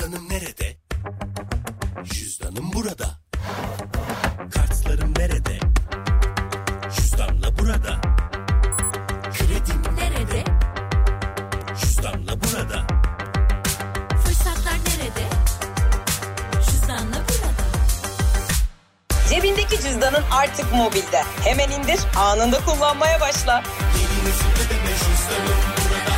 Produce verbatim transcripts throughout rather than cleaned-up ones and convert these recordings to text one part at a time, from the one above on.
Cüzdanım nerede? Cüzdanım burada. Kartlarım nerede? Cüzdanla burada. Kredim nerede? Cüzdanla burada. Fırsatlar nerede? Cüzdanla burada. Cebindeki cüzdanın artık mobilde. Hemen indir, anında kullanmaya başla. Yeni nesil ödeme cüzdanım burada.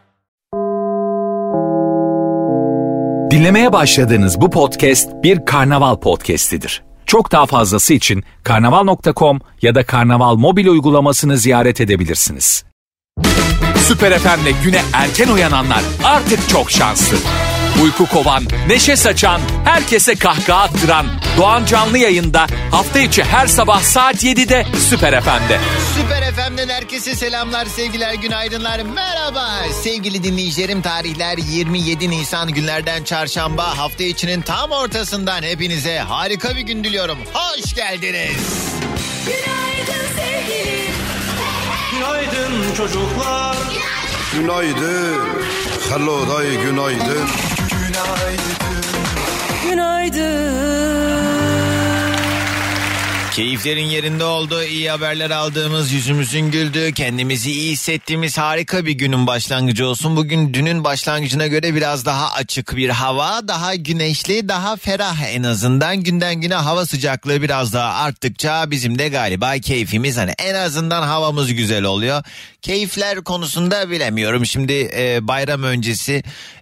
Dinlemeye başladığınız bu podcast bir karnaval podcastidir. Çok daha fazlası için karnaval nokta com ya da karnaval mobil uygulamasını ziyaret edebilirsiniz. Süper F M'le güne erken uyananlar artık çok şanslı. Uyku kovan, neşe saçan, herkese kahkaha attıran Doğan Canlı Yayında hafta içi her sabah saat yedide Süper F M'de. Süper F M'den herkese selamlar, sevgiler, günaydınlar, merhaba. Sevgili dinleyicilerim, tarihler yirmi yedi Nisan, günlerden çarşamba, hafta içinin tam ortasından hepinize harika bir gün diliyorum. Hoş geldiniz. Günaydın sevgilim. Günaydın çocuklar. Günaydın. Hello day, günaydın. Günaydın. Keyiflerin yerinde olduğu, iyi haberler aldığımız, yüzümüzün güldüğü, kendimizi iyi hissettiğimiz harika bir günün başlangıcı olsun. Bugün dünün başlangıcına göre biraz daha açık bir hava, daha güneşli, daha ferah en azından. Günden güne hava sıcaklığı biraz daha arttıkça bizim de galiba keyfimiz, hani en azından havamız güzel oluyor. Keyifler konusunda bilemiyorum. Şimdi e, bayram öncesi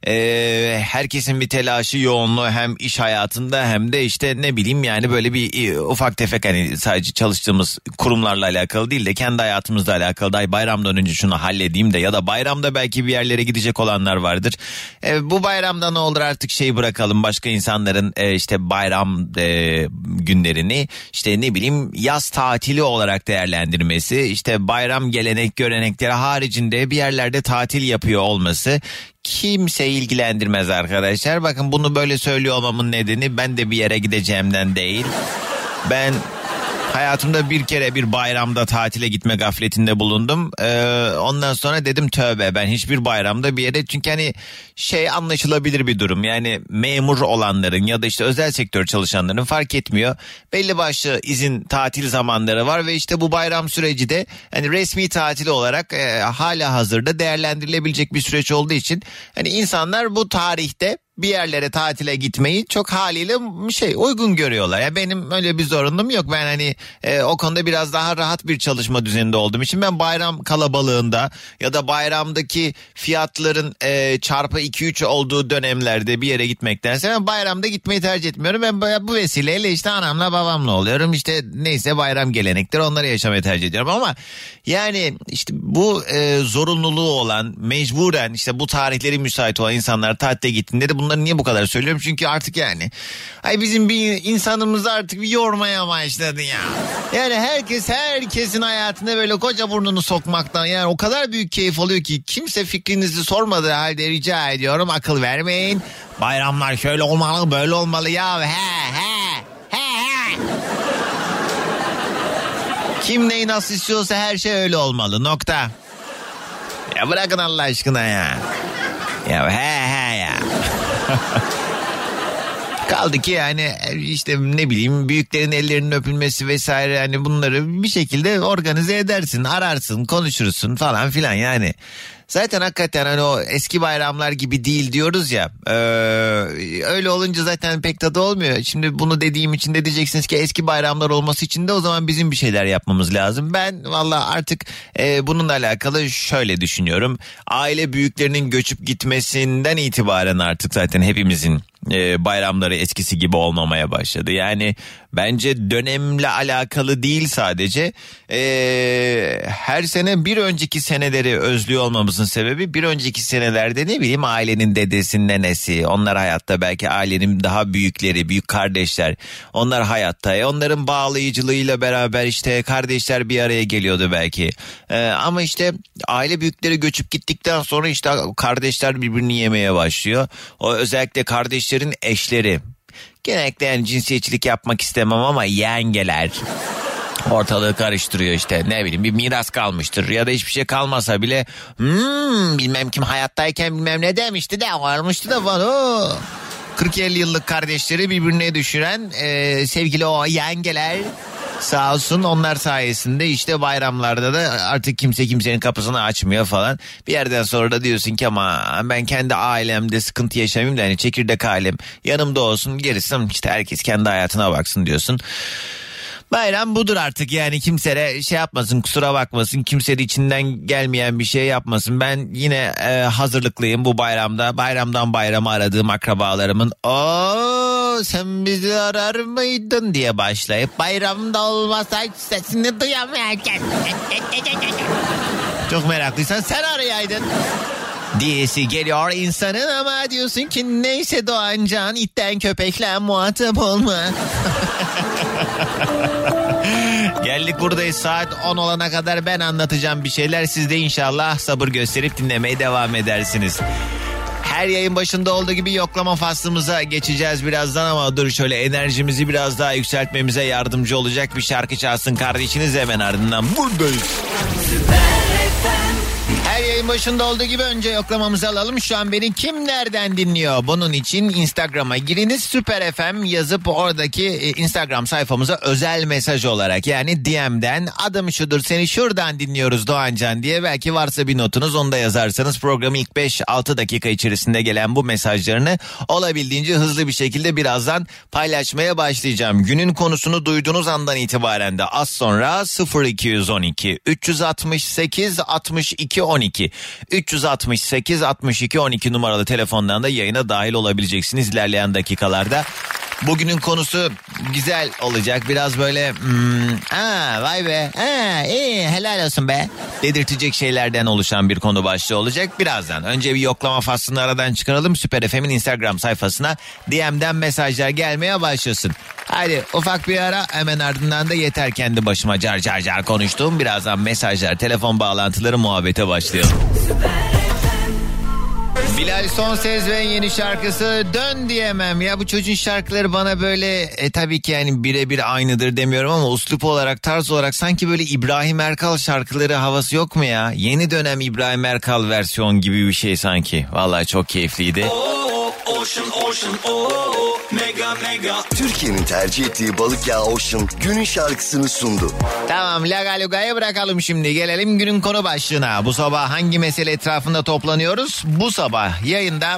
e, herkesin bir telaşı, yoğunluğu hem iş hayatında hem de işte ne bileyim yani böyle bir e, ufak tefek, hani sadece çalıştığımız kurumlarla alakalı değil de kendi hayatımızla alakalı. Day bayramdan önce şunu halledeyim de, ya da bayramda belki bir yerlere gidecek olanlar vardır. E, bu bayramda ne olur artık şeyi bırakalım, başka insanların e, işte bayram e, günlerini işte ne bileyim yaz tatili olarak değerlendirmesi, işte bayram gelenek görenekleri haricinde bir yerlerde tatil yapıyor olması kimseyi ilgilendirmez arkadaşlar. Bakın, bunu böyle söylüyor olmamın nedeni ben de bir yere gideceğimden değil. Ben hayatımda bir kere bir bayramda tatile gitme gafletinde bulundum. Ee, ondan sonra dedim tövbe, ben hiçbir bayramda bir yere, çünkü hani şey anlaşılabilir bir durum. Yani memur olanların ya da işte özel sektör çalışanların fark etmiyor. Belli başlı izin tatil zamanları var ve işte bu bayram süreci de hani resmi tatil olarak e, hala hazırda değerlendirilebilecek bir süreç olduğu için hani insanlar bu tarihte bir yerlere tatile gitmeyi çok haliyle şey uygun görüyorlar. Ya benim öyle bir zorunluluğum yok. Ben hani e, o konuda biraz daha rahat bir çalışma düzeninde olduğum için ben bayram kalabalığında ya da bayramdaki fiyatların e, çarpı iki üç olduğu dönemlerde bir yere gitmektense ben bayramda gitmeyi tercih etmiyorum. Ben bu vesileyle işte anamla babamla oluyorum. İşte neyse bayram gelenekleri, onları yaşamayı tercih ediyorum. Ama yani işte bu e, zorunluluğu olan, mecburen işte bu tarihleri müsait olan insanlar tatile gittiğinde de bunları niye bu kadar söylüyorum? Çünkü artık yani ay bizim bir insanımızı artık bir yormaya başladı ya. Yani herkes herkesin hayatına böyle koca burnunu sokmaktan yani o kadar büyük keyif alıyor ki kimse fikrinizi sormadığı halde rica ediyorum akıl vermeyin. Bayramlar şöyle olmalı, böyle olmalı ya. He he he he. Kim neyi nasıl istiyorsa her şey öyle olmalı. Nokta. Ya bırakın Allah aşkına ya. Ya he he ya. Kaldı ki yani işte ne bileyim büyüklerin ellerinin öpülmesi vesaire, hani bunları bir şekilde organize edersin, ararsın, konuşursun falan filan yani. Zaten hakikaten hani o eski bayramlar gibi değil diyoruz ya, ee, öyle olunca zaten pek tadı olmuyor. Şimdi bunu dediğim için de diyeceksiniz ki eski bayramlar olması için de o zaman bizim bir şeyler yapmamız lazım. Ben valla artık e, bununla alakalı şöyle düşünüyorum. Aile büyüklerinin göçüp gitmesinden itibaren artık zaten hepimizin e, bayramları eskisi gibi olmamaya başladı. Yani bence dönemle alakalı değil sadece, e, her sene bir önceki seneleri özlüyor olmamızın sebebi, bir önceki senelerde ne bileyim ailenin dedesi, nenesi, onlar hayatta, belki ailenin daha büyükleri, büyük kardeşler, onlar hayatta. E, onların bağlayıcılığıyla beraber işte kardeşler bir araya geliyordu belki. E, ama işte aile büyükleri göçüp gittikten sonra işte kardeşler birbirini yemeye başlıyor. O özellikle kardeşlerin eşleri. Genellikle yani cinsiyetçilik yapmak istemem ama yengeler ortalığı karıştırıyor işte, ne bileyim bir miras kalmıştır ya da hiçbir şey kalmasa bile hmm, bilmem kim hayattayken bilmem ne demişti de varmıştı da falan. kırk elli yıllık kardeşleri birbirine düşüren e, sevgili o yengeler sağ olsun, onlar sayesinde işte bayramlarda da artık kimse kimsenin kapısını açmıyor falan. Bir yerden sonra da diyorsun ki ama ben kendi ailemde sıkıntı yaşamayayım da hani çekirdek ailem yanımda olsun, gerisi işte herkes kendi hayatına baksın diyorsun. Bayram budur artık, yani kimse de şey yapmasın, kusura bakmasın, kimse de içinden gelmeyen bir şey yapmasın. Ben yine e, hazırlıklıyım bu bayramda. Bayramdan bayrama aradığım akrabalarımın "Ooo sen bizi arar mıydın?" diye başlayıp bayramda olmasa hiç sesini duyamayacağım. Çok meraklıysan sen arayaydın diyesi geliyor insanın, ama diyorsun ki neyse Doğancan, itten köpekle muhatap olma. Geldik buradayız, saat on olana kadar ben anlatacağım bir şeyler, siz de inşallah sabır gösterip dinlemeye devam edersiniz. Her yayın başında olduğu gibi yoklama faslımıza geçeceğiz birazdan, ama dur şöyle enerjimizi biraz daha yükseltmemize yardımcı olacak bir şarkı çalsın kardeşiniz, hemen ardından buradayız. Her yayın başında olduğu gibi önce yoklamamızı alalım. Şu an beni kim nereden dinliyor? Bunun için Instagram'a giriniz, Süper F M yazıp oradaki Instagram sayfamıza özel mesaj olarak, yani D M'den adım şudur seni şuradan dinliyoruz Doğancan diye, belki varsa bir notunuz onu da yazarsanız programın ilk beş altı dakika içerisinde gelen bu mesajlarını olabildiğince hızlı bir şekilde birazdan paylaşmaya başlayacağım. Günün konusunu duyduğunuz andan itibaren de az sonra sıfır iki on iki üç altı sekiz altmış iki on iki üç altı sekiz altmış iki on iki numaralı telefondan da yayına dahil olabileceksiniz ilerleyen dakikalarda. Bugünün konusu güzel olacak. Biraz böyle hmm, aa, vay be aa, iyi, helal olsun be dedirtecek şeylerden oluşan bir konu başlığı olacak birazdan. Önce bir yoklama faslını aradan çıkaralım. Süper F M'in Instagram sayfasına D M'den mesajlar gelmeye başlasın. Hadi ufak bir ara, hemen ardından da yeter kendi başıma car car car konuştuğum, birazdan mesajlar, telefon bağlantıları, muhabbete başlayalım. Bilal Sonses ve yeni şarkısı Dön Diyemem. Ya bu çocuğun şarkıları bana böyle e, tabii ki yani birebir aynıdır demiyorum ama uslup olarak, tarz olarak sanki böyle İbrahim Erkal şarkıları havası yok mu ya? Yeni dönem İbrahim Erkal versiyon gibi bir şey sanki. Vallahi çok keyifliydi. Ocean, ocean, oh, mega, mega. Türkiye'nin tercih ettiği balık yağı Ocean günün şarkısını sundu. Tamam, laga lugayı bırakalım şimdi, gelelim günün konu başlığına. Bu sabah hangi mesele etrafında toplanıyoruz? Bu sabah yayında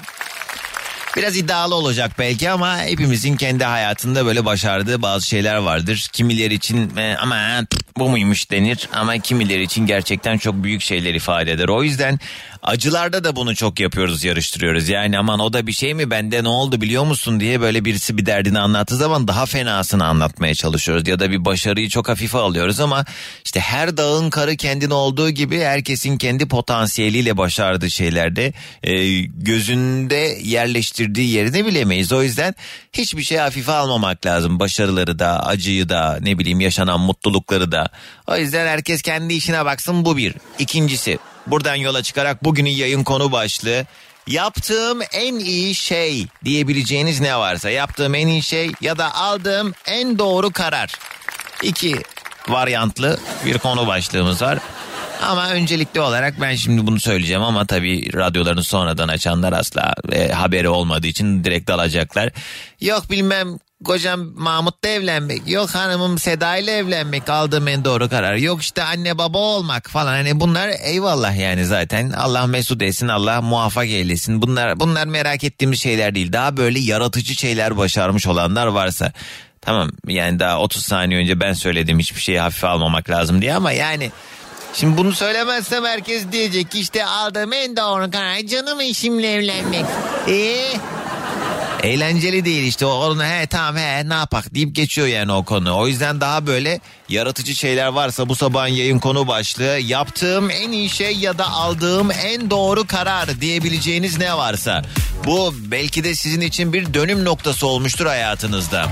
biraz iddialı olacak belki ama hepimizin kendi hayatında böyle başardığı bazı şeyler vardır. Kimileri için e, ama bu muymuş denir, ama kimileri için gerçekten çok büyük şeyler ifade eder. O yüzden acılarda da bunu çok yapıyoruz, yarıştırıyoruz. Yani aman o da bir şey mi, bende ne oldu biliyor musun diye böyle birisi bir derdini anlattığı zaman daha fenasını anlatmaya çalışıyoruz. Ya da bir başarıyı çok hafife alıyoruz ama işte her dağın karı kendine olduğu gibi herkesin kendi potansiyeliyle başardığı şeylerde e, gözünde yerleştirdiği yerini bilemeyiz. O yüzden hiçbir şey hafife almamak lazım. Başarıları da, acıyı da, ne bileyim yaşanan mutlulukları da. O yüzden herkes kendi işine baksın, bu bir. İkincisi, buradan yola çıkarak bugünün yayın konu başlığı, yaptığım en iyi şey diyebileceğiniz ne varsa, yaptığım en iyi şey ya da aldığım en doğru karar. İki varyantlı bir konu başlığımız var. Ama öncelikli olarak ben şimdi bunu söyleyeceğim ama tabii radyolarını sonradan açanlar asla e, haberi olmadığı için direkt dalacaklar. Yok bilmem kocam Mahmut'la evlenmek, yok hanımım Seda ile evlenmek aldığım en doğru karar, yok işte anne baba olmak falan, hani bunlar eyvallah yani zaten Allah mesut etsin, Allah muvaffak eylesin, bunlar bunlar merak ettiğimiz şeyler değil. Daha böyle yaratıcı şeyler başarmış olanlar varsa tamam, yani daha otuz saniye önce ben söyledim hiçbir şeyi hafife almamak lazım diye, ama yani şimdi bunu söylemezsem herkes diyecek ki işte aldığım en doğru karar canım eşimle evlenmek. Eee eğlenceli değil işte, onu he tamam he ne yapak deyip geçiyor yani o konu. O yüzden daha böyle yaratıcı şeyler varsa bu sabahın yayın konu başlığı, yaptığım en iyi şey ya da aldığım en doğru karar diyebileceğiniz ne varsa. Bu belki de sizin için bir dönüm noktası olmuştur hayatınızda.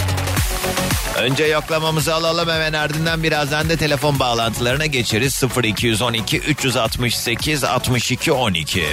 Önce yoklamamızı alalım, hemen ardından birazdan da telefon bağlantılarına geçeriz. sıfır iki on iki üç altı sekiz altmış iki on iki.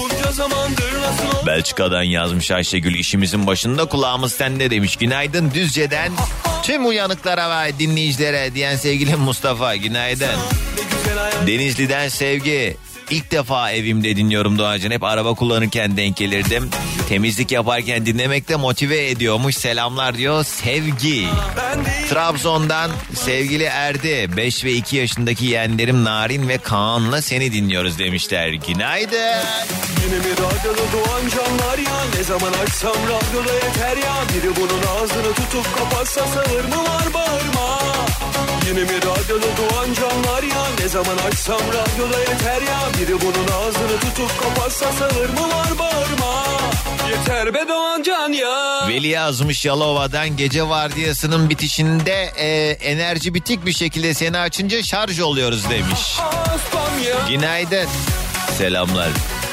Belçika'dan yazmış Ayşegül, işimizin başında kulağımız sende demiş. Günaydın Düzce'den tüm uyanıklara ve dinleyicilere diyen sevgili Mustafa, günaydın. Denizli'den Sevgi, İlk defa evimde dinliyorum Doğacan. Hep araba kullanırken denk gelirdim. Temizlik yaparken dinlemek de motive ediyormuş. Selamlar diyor Sevgi. Trabzon'dan sevgili Erdi. beş ve iki yaşındaki yeğenlerim Narin ve Kaan'la seni dinliyoruz demişler. Günaydın. Yine mi radyoda doğan canlar ya? Ne zaman açsam radyoda yeter ya. Biri bunun ağzını tutup kapatsa sağır mı var bağırma. Yine mi radyoda doğan canlar ya? Ne zaman açsam radyoda yeter ya. Biri bunun ağzını tutup kapatsa sağır mı var bağırma. Yeter be doğan can ya. Veli yazmış Yalova'dan, gece vardiyasının bitişinde e, enerji bitik bir şekilde seni açınca şarj oluyoruz demiş. Günaydın. Selamlar.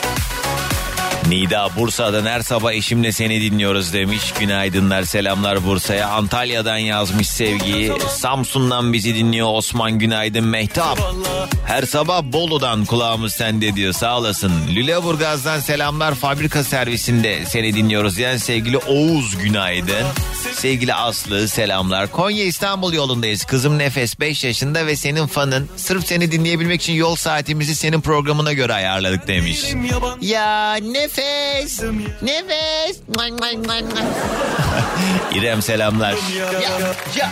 Nida Bursa'dan her sabah eşimle seni dinliyoruz demiş. Günaydınlar, selamlar Bursa'ya. Antalya'dan yazmış Sevgi. Samsun'dan bizi dinliyor Osman, günaydın. Mehtap. Her sabah Bolu'dan kulağımız sende diyor, sağ olasın. Lüleburgaz'dan selamlar, fabrika servisinde seni dinliyoruz yani sevgili Oğuz, günaydın. Sevgili Aslı selamlar. Konya İstanbul yolundayız. Kızım Nefes beş yaşında ve senin fanın. Sırf seni dinleyebilmek için yol saatimizi senin programına göre ayarladık demiş. Ya Nefes. Nefes. İrem selamlar. Ya, ya.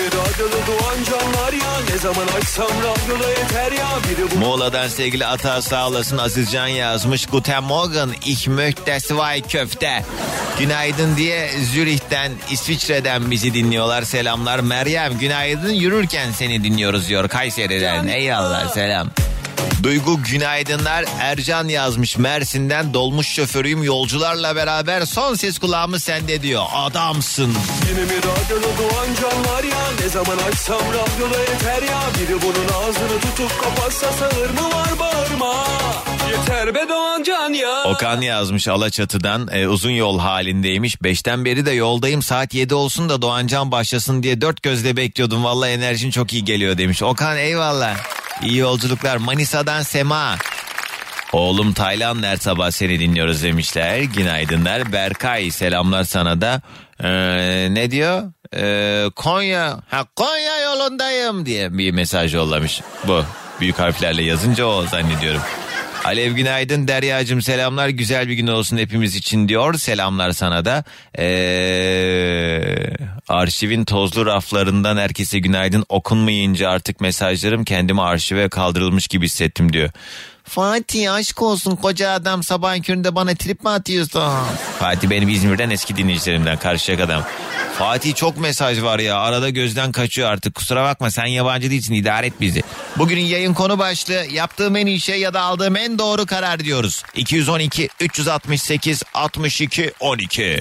Muğla'dan sevgili Ata sağ olasın. Azizcan yazmış. Guten Morgen, ich möchte zwei köfte. Günaydın diye Zürih'ten, İsviçre'den bizi dinliyorlar. Selamlar. Meryem günaydın, yürürken seni dinliyoruz diyor Kayseri'den. Eyvallah, selam. Duygu günaydınlar. Ercan yazmış Mersin'den, dolmuş şoförüyüm, yolcularla beraber son ses kulağımız sende diyor. Adamsın. Yine mi radyoda doğan canlar ya? Ne zaman açsam radyoda yeter ya. Biri bunun ağzını tutup kapatsa sağır mı var bağırma. Yeter be doğan can ya. Okan yazmış Alaçatı'dan, e, uzun yol halindeymiş. Beşten beri de yoldayım, saat yedi olsun da Doğancan başlasın diye dört gözle bekliyordum. Vallahi enerjin çok iyi geliyor demiş. Okan eyvallah. İyi yolculuklar. Manisa'dan Sema. Oğlum Taylan her sabah seni dinliyoruz demişler. Günaydınlar. Berkay selamlar sana da. Ee, ne diyor? Ee, Konya. Ha Konya yolundayım diye bir mesaj yollamış. Bu büyük harflerle yazınca o zannediyorum. Alev günaydın, Derya'cığım selamlar, güzel bir gün olsun hepimiz için diyor. Selamlar sana da. Ee, arşivin tozlu raflarından herkese günaydın. Okunmayınca artık mesajlarım kendimi arşive kaldırılmış gibi hissettim diyor. Fatih aşk olsun, koca adam sabahın köründe bana trip mi atıyorsun? Fatih benim İzmir'den eski dinleyicilerimden, Karşıyaka'dan. Fatih çok mesaj var ya, arada gözden kaçıyor artık, kusura bakma, sen yabancı değilsin, idare et bizi. Bugünün yayın konu başlığı yaptığım en iyi şey ya da aldığım en doğru karar diyoruz. iki yüz on iki üç altı sekiz altmış iki on iki.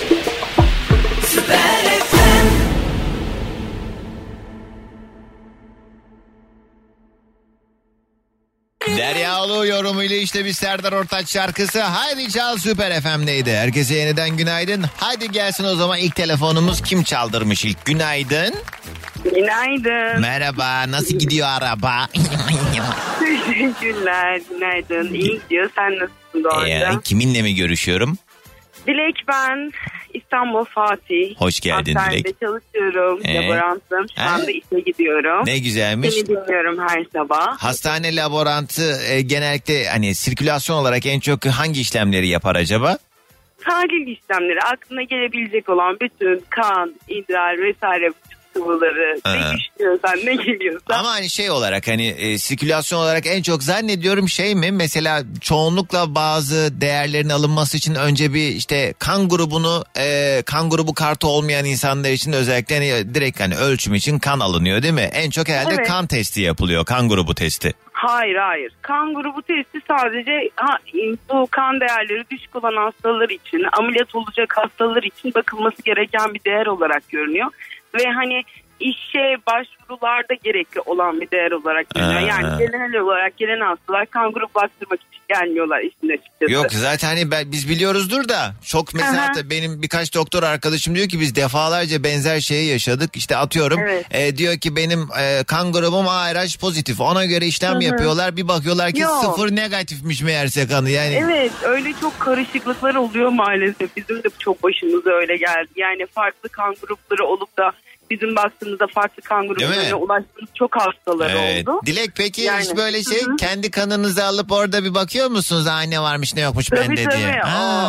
Derya Ulu yorumuyla işte bir Serdar Ortaç şarkısı. Haydi çal Süper F M'deydi. Herkese yeniden günaydın. Hadi gelsin o zaman ilk telefonumuz. Kim çaldırmış ilk? Günaydın. Günaydın. Merhaba, nasıl gidiyor araba? Teşekkürler, günaydın. İyi gidiyor, sen nasılsın Doğancan? Ee, kiminle mi görüşüyorum? Dilek ben, İstanbul Fatih. Hoş geldin Hastanede Dilek. çalışıyorum, Ee? laborantım. Şu Ha? anda işe gidiyorum. Ne güzelmiş. Seni dinliyorum her sabah. Hastane laborantı e, genellikle hani sirkülasyon olarak en çok hangi işlemleri yapar acaba? Tahlil işlemleri, aklına gelebilecek olan bütün kan, idrar vesaire sıvıları, Ha. ne düşünüyorsan, ne geliyorsa. Ama hani şey olarak hani e, sirkülasyon olarak en çok zannediyorum şey mi? Mesela çoğunlukla bazı değerlerin alınması için önce bir işte kan grubunu e, kan grubu kartı olmayan insanlar için özellikle hani direkt hani ölçüm için kan alınıyor değil mi? En çok herhalde Evet. kan testi yapılıyor, kan grubu testi. Hayır hayır. Kan grubu testi sadece ha, bu kan değerleri düşük olan hastalar için, ameliyat olacak hastalar için bakılması gereken bir değer olarak görünüyor. Ve hani işe başvurularda gerekli olan bir değer olarak görünüyor. Aa. Yani genel olarak gelen hastalar kan grubu baktırmak için gelmiyorlar işin açıkçası. Yok zaten hani ben, biz biliyoruzdur da çok mesela Aha. da benim birkaç doktor arkadaşım diyor ki biz defalarca benzer şeyi yaşadık. İşte atıyorum Evet. e, diyor ki benim e, kan grubum A R H pozitif, ona göre işlem Hı hı. yapıyorlar, bir bakıyorlar ki Yok. sıfır negatifmiş meğerse kanı yani. Evet, öyle çok karışıklıklar oluyor maalesef. Bizim de çok başımıza öyle geldi. Yani farklı kan grupları olup da bizim baktığımızda farklı kan gruplarına ulaştığımız çok hastaları evet. oldu. Dilek peki yani, hiç böyle şey hı-hı. kendi kanınızı alıp orada bir bakıyor musunuz? Aa, ne varmış ne yokmuş tabii, bende tabii. diye.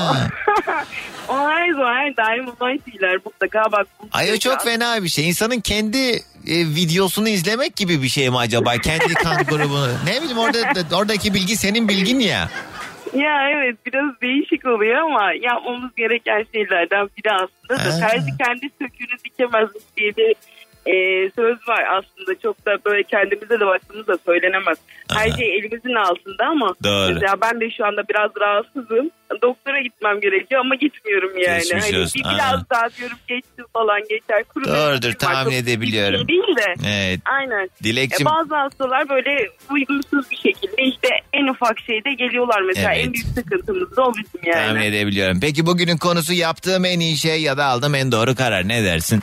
O her zaman her daim olan şeyler mutlaka bak. Ay o çok fena bir şey. İnsanın kendi e, videosunu izlemek gibi bir şey mi acaba? Kendi kan grubunu. Ne bileyim orada oradaki bilgi senin bilgin ya. Ya evet biraz değişik oluyor ama yapmamız gereken şeylerden biri aslında da terzi kendi söküğünü dikemezmiş diye bir e, söz var aslında. Çok da böyle kendimize de baktığımızda söylenemez. Her Aha. şey elimizin altında ama doğru. Mesela ben de şu anda biraz rahatsızım. Doktora gitmem gerekiyor ama gitmiyorum yani. Hani bir biraz daha diyorum geçsin falan geçer. Kuru doğrudur tahmin edebiliyorum. Şey değil de. Evet. Aynen. Dilekçim... E, bazı hastalar böyle uygunsuz bir şekilde işte en ufak şeyde geliyorlar mesela. Evet. En büyük sıkıntımız da o bizim yani. Tahmin edebiliyorum. Peki bugünün konusu yaptığım en iyi şey ya da aldığım en doğru karar ne dersin?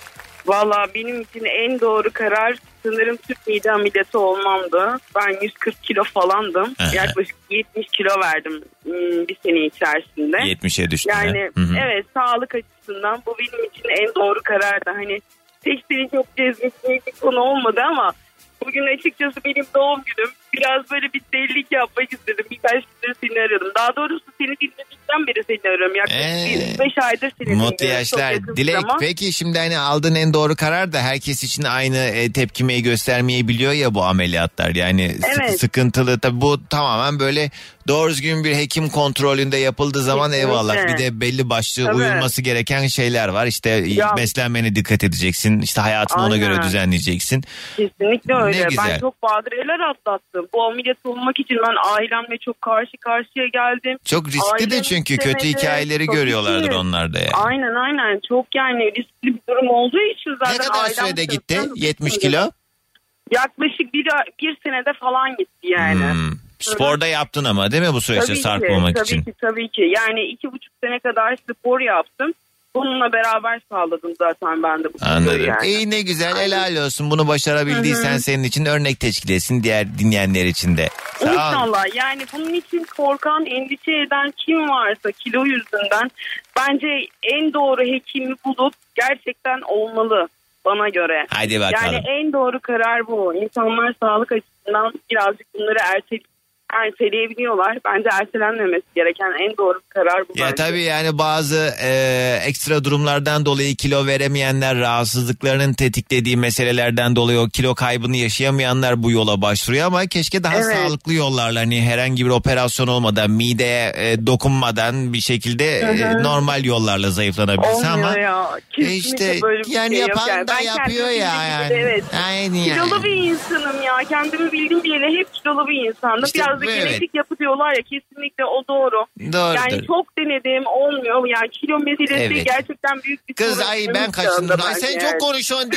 Valla benim için en doğru karar sanırım tüp mide ameliyatı olmamdı. Ben yüz kırk kilo falandım. Aha. Yaklaşık yetmiş kilo verdim bir sene içerisinde. yetmişe düştün. Yani Hı-hı. evet sağlık açısından bu benim için en doğru karardı. Hani tekstili çok cezbettiğim bir konu olmadı ama bugün açıkçası benim doğum günüm. Biraz böyle bir delilik yapmak istedim. Birkaç gündür seni aradım. Daha doğrusu seni dinledikten beri seni arıyorum. Yaklaşık ee, beş aydır seni dinliyorum. Mutlu yaşlar. Dilek zaman. Peki şimdi hani aldığın en doğru karar da herkes için aynı e, tepkimeyi göstermeyebiliyor ya bu ameliyatlar. Yani evet. sık, sıkıntılı. Tabii bu tamamen böyle doğru düzgün bir hekim kontrolünde yapıldığı zaman kesinlikle. Eyvallah. Bir de belli başlı tabii. uyulması gereken şeyler var. İşte ya. beslenmene dikkat edeceksin. İşte hayatını aynen. ona göre düzenleyeceksin. Kesinlikle öyle. Ne güzel. Ben çok badireler atlattım. Bu ameliyat olmak için ben ailemle çok karşı karşıya geldim. Çok riskli Ailem de çünkü istemedi. Kötü hikayeleri çok görüyorlardır iyi. Onlar da yani. Aynen aynen çok yani riskli bir durum olduğu için zaten. Ne kadar sürede gitti yetmiş kilo? Yaklaşık bir, bir senede falan gitti yani. Hmm. Sporda Hı-hı. yaptın ama değil mi bu süreçte sarkmamak tabii için? Tabii ki tabii ki yani iki buçuk sene kadar spor yaptım. Bununla beraber sağladım zaten ben de bu anladım. Yani. İyi ne güzel aynen. Helal olsun bunu başarabildiysen Hı-hı. senin için örnek teşkil etsin diğer dinleyenler için de. Sağ İnşallah ol. Yani bunun için korkan endişe eden kim varsa kilo yüzünden bence en doğru hekimi bulup gerçekten olmalı bana göre. Hadi bakalım. Yani en doğru karar bu. İnsanlar sağlık açısından birazcık bunları erteleyip erteleyebiliyorlar. Bence ertelenmemesi gereken en doğru karar bu. Ya bence. Tabii yani bazı e, ekstra durumlardan dolayı kilo veremeyenler, rahatsızlıklarının tetiklediği meselelerden dolayı o kilo kaybını yaşayamayanlar bu yola başvuruyor ama keşke daha evet. sağlıklı yollarla hani herhangi bir operasyon olmadan, mideye e, dokunmadan bir şekilde e, normal yollarla zayıflanabilse ama ya. e, işte yani şey yapan yani. da ben yapıyor ya yani. Evet. Aynen yani. Kilolu bir insanım ya. Kendimi bildiğim bile hep kilolu bir insandım. İşte biraz da genetik evet. yapı diyorlar ya kesinlikle o doğru. Doğrudur. Yani çok denedim olmuyor. Yani kilo meselesi evet. gerçekten büyük bir sorun. Kız ay ben kaçındım. Ay sen yani. Çok konuşuyorsun.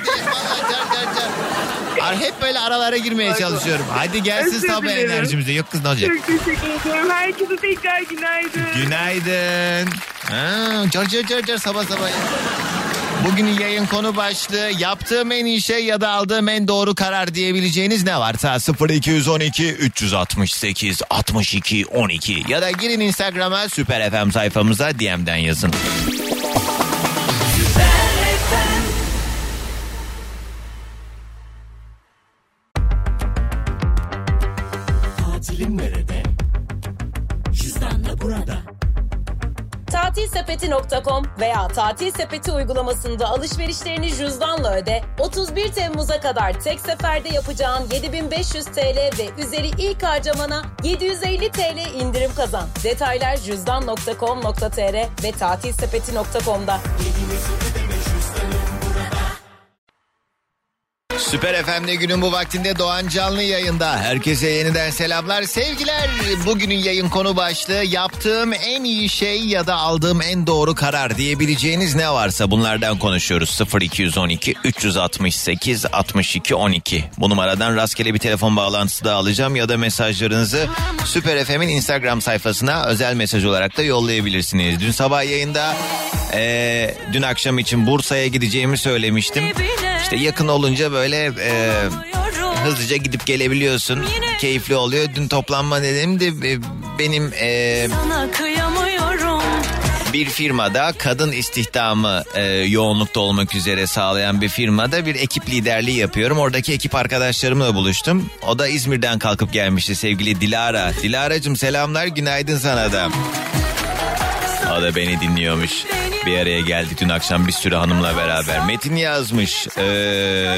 Hep böyle aralara girmeye çalışıyorum. Hadi gelsin sabah enerjimize. Yok kız ne olacak? Çok teşekkür ederim. Herkese tekrar günaydın. Günaydın. Ha, car car car car sabah sabah. Bugünün yayın konu başlığı yaptığım en iyi şey ya da aldığım en doğru karar diyebileceğiniz ne varsa sıfır iki on iki üç altı sekiz altmış iki on iki ya da girin Instagram'a Süper F M sayfamıza D M'den yazın. Tatilim nerede? Cüzdanla burada. tatil sepeti nokta com veya Tatil Sepeti uygulamasında alışverişlerini cüzdanla öde. otuz bir Temmuz'a kadar tek seferde yapacağın yedi bin beş yüz TL ve üzeri ilk harcamana yedi yüz elli TL indirim kazan. Detaylar cüzdan nokta com nokta tr ve tatil sepeti nokta com'da. Süper F M'de günün bu vaktinde Doğan canlı yayında. Herkese yeniden selamlar, sevgiler. Bugünün yayın konu başlığı yaptığım en iyi şey ya da aldığım en doğru karar diyebileceğiniz ne varsa bunlardan konuşuyoruz. sıfır iki on iki üç altı sekiz altmış iki on iki. Bu numaradan rastgele bir telefon bağlantısı da alacağım ya da mesajlarınızı Süper F M'in Instagram sayfasına özel mesaj olarak da yollayabilirsiniz. Dün sabah yayında ee, dün akşam için Bursa'ya gideceğimi söylemiştim. İşte yakın olunca böyle e, hızlıca gidip gelebiliyorsun. Keyifli oluyor. Dün toplanma dedim de e, benim e, Bir firmada kadın istihdamı e, yoğunlukta olmak üzere sağlayan bir firmada bir ekip liderliği yapıyorum. Oradaki ekip arkadaşlarımla buluştum. O da İzmir'den kalkıp gelmişti, sevgili Dilara. Dilara'cığım selamlar, günaydın sana da. O da beni dinliyormuş. Bir araya geldik dün akşam bir sürü hanımla beraber. Metin yazmış. Ee...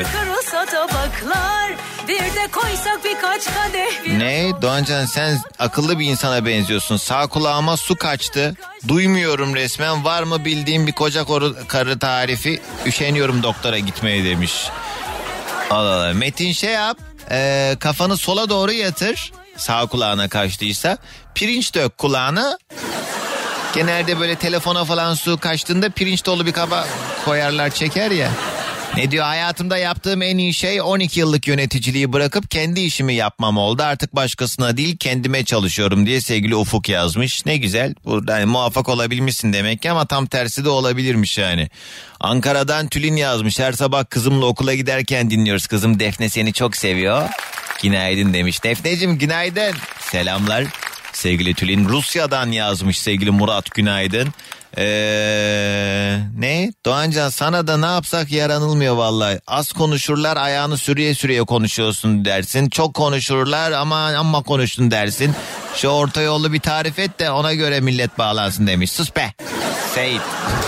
Bir de koysak birkaç kadeh. Ne? Doğancan sen akıllı bir insana benziyorsun. Sağ kulağıma su kaçtı. Duymuyorum resmen. Var mı bildiğim bir koca karı tarifi? Üşeniyorum doktora gitmeye demiş. Allah Allah. Metin şey yap. E, kafanı sola doğru yatır. Sağ kulağına kaçtıysa. Pirinç dök kulağına. Genelde böyle telefona falan su kaçtığında pirinç dolu bir kaba koyarlar, çeker ya. Ne diyor? Hayatımda yaptığım en iyi şey on iki yıllık yöneticiliği bırakıp kendi işimi yapmam oldu. Artık başkasına değil kendime çalışıyorum diye sevgili Ufuk yazmış. Ne güzel. Buradan yani muvaffak olabilmişsin demek ki, ama tam tersi de olabilirmiş yani. Ankara'dan Tülin yazmış. Her sabah kızımla okula giderken dinliyoruz. Kızım Defne seni çok seviyor. Günaydın demiş. Defneciğim günaydın. Selamlar. Sevgili Tülin. Rusya'dan yazmış sevgili Murat, günaydın. Ee, ne? Doğancan sana da ne yapsak yaranılmıyor vallahi. Az konuşurlar, ayağını sürüye sürüye konuşuyorsun dersin. Çok konuşurlar ama ama konuştun dersin. Şu orta yolu bir tarif et de ona göre millet bağlansın demiş. Sus be. Seyit.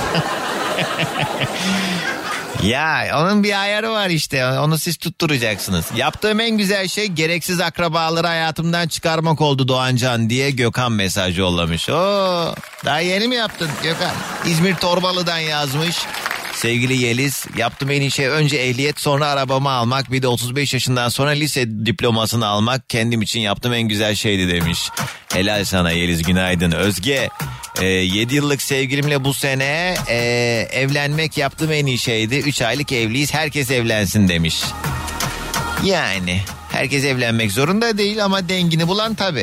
Ya onun bir ayarı var işte, onu siz tutturacaksınız. Yaptığım en güzel şey gereksiz akrabaları hayatımdan çıkarmak oldu Doğancan diye Gökhan mesaj yollamış. Oo, daha yeni mi yaptın Gökhan? İzmir Torbalı'dan yazmış. Sevgili Yeliz, yaptığım en iyi şey önce ehliyet, sonra arabamı almak, bir de otuz beş yaşından sonra lise diplomasını almak kendim için yaptığım en güzel şeydi demiş. Helal sana Yeliz, günaydın. Özge, e, yedi yıllık sevgilimle bu sene e, evlenmek yaptığım en iyi şeydi. üç aylık evliyiz, herkes evlensin demiş. Yani herkes evlenmek zorunda değil ama dengini bulan tabii.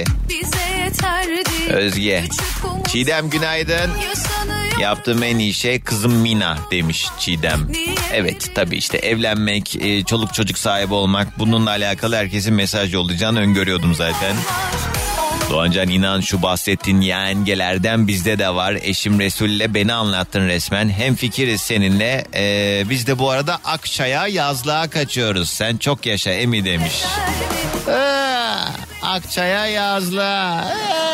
Özge. Çiğdem günaydın. Yaptığım en iyi şey kızım Mina demiş Çiğdem. Evet tabii işte evlenmek, çoluk çocuk sahibi olmak, bununla alakalı herkesin mesaj yollayacağını öngörüyordum zaten. Doğancan inan şu bahsettiğin yengelerden bizde de var. Eşim Resul ile beni anlattın resmen. Hemfikiriz seninle. Ee, biz de bu arada Akçay'a yazlığa kaçıyoruz. Sen çok yaşa Emi demiş. Ee, Akçay'a yazlığa. Ee.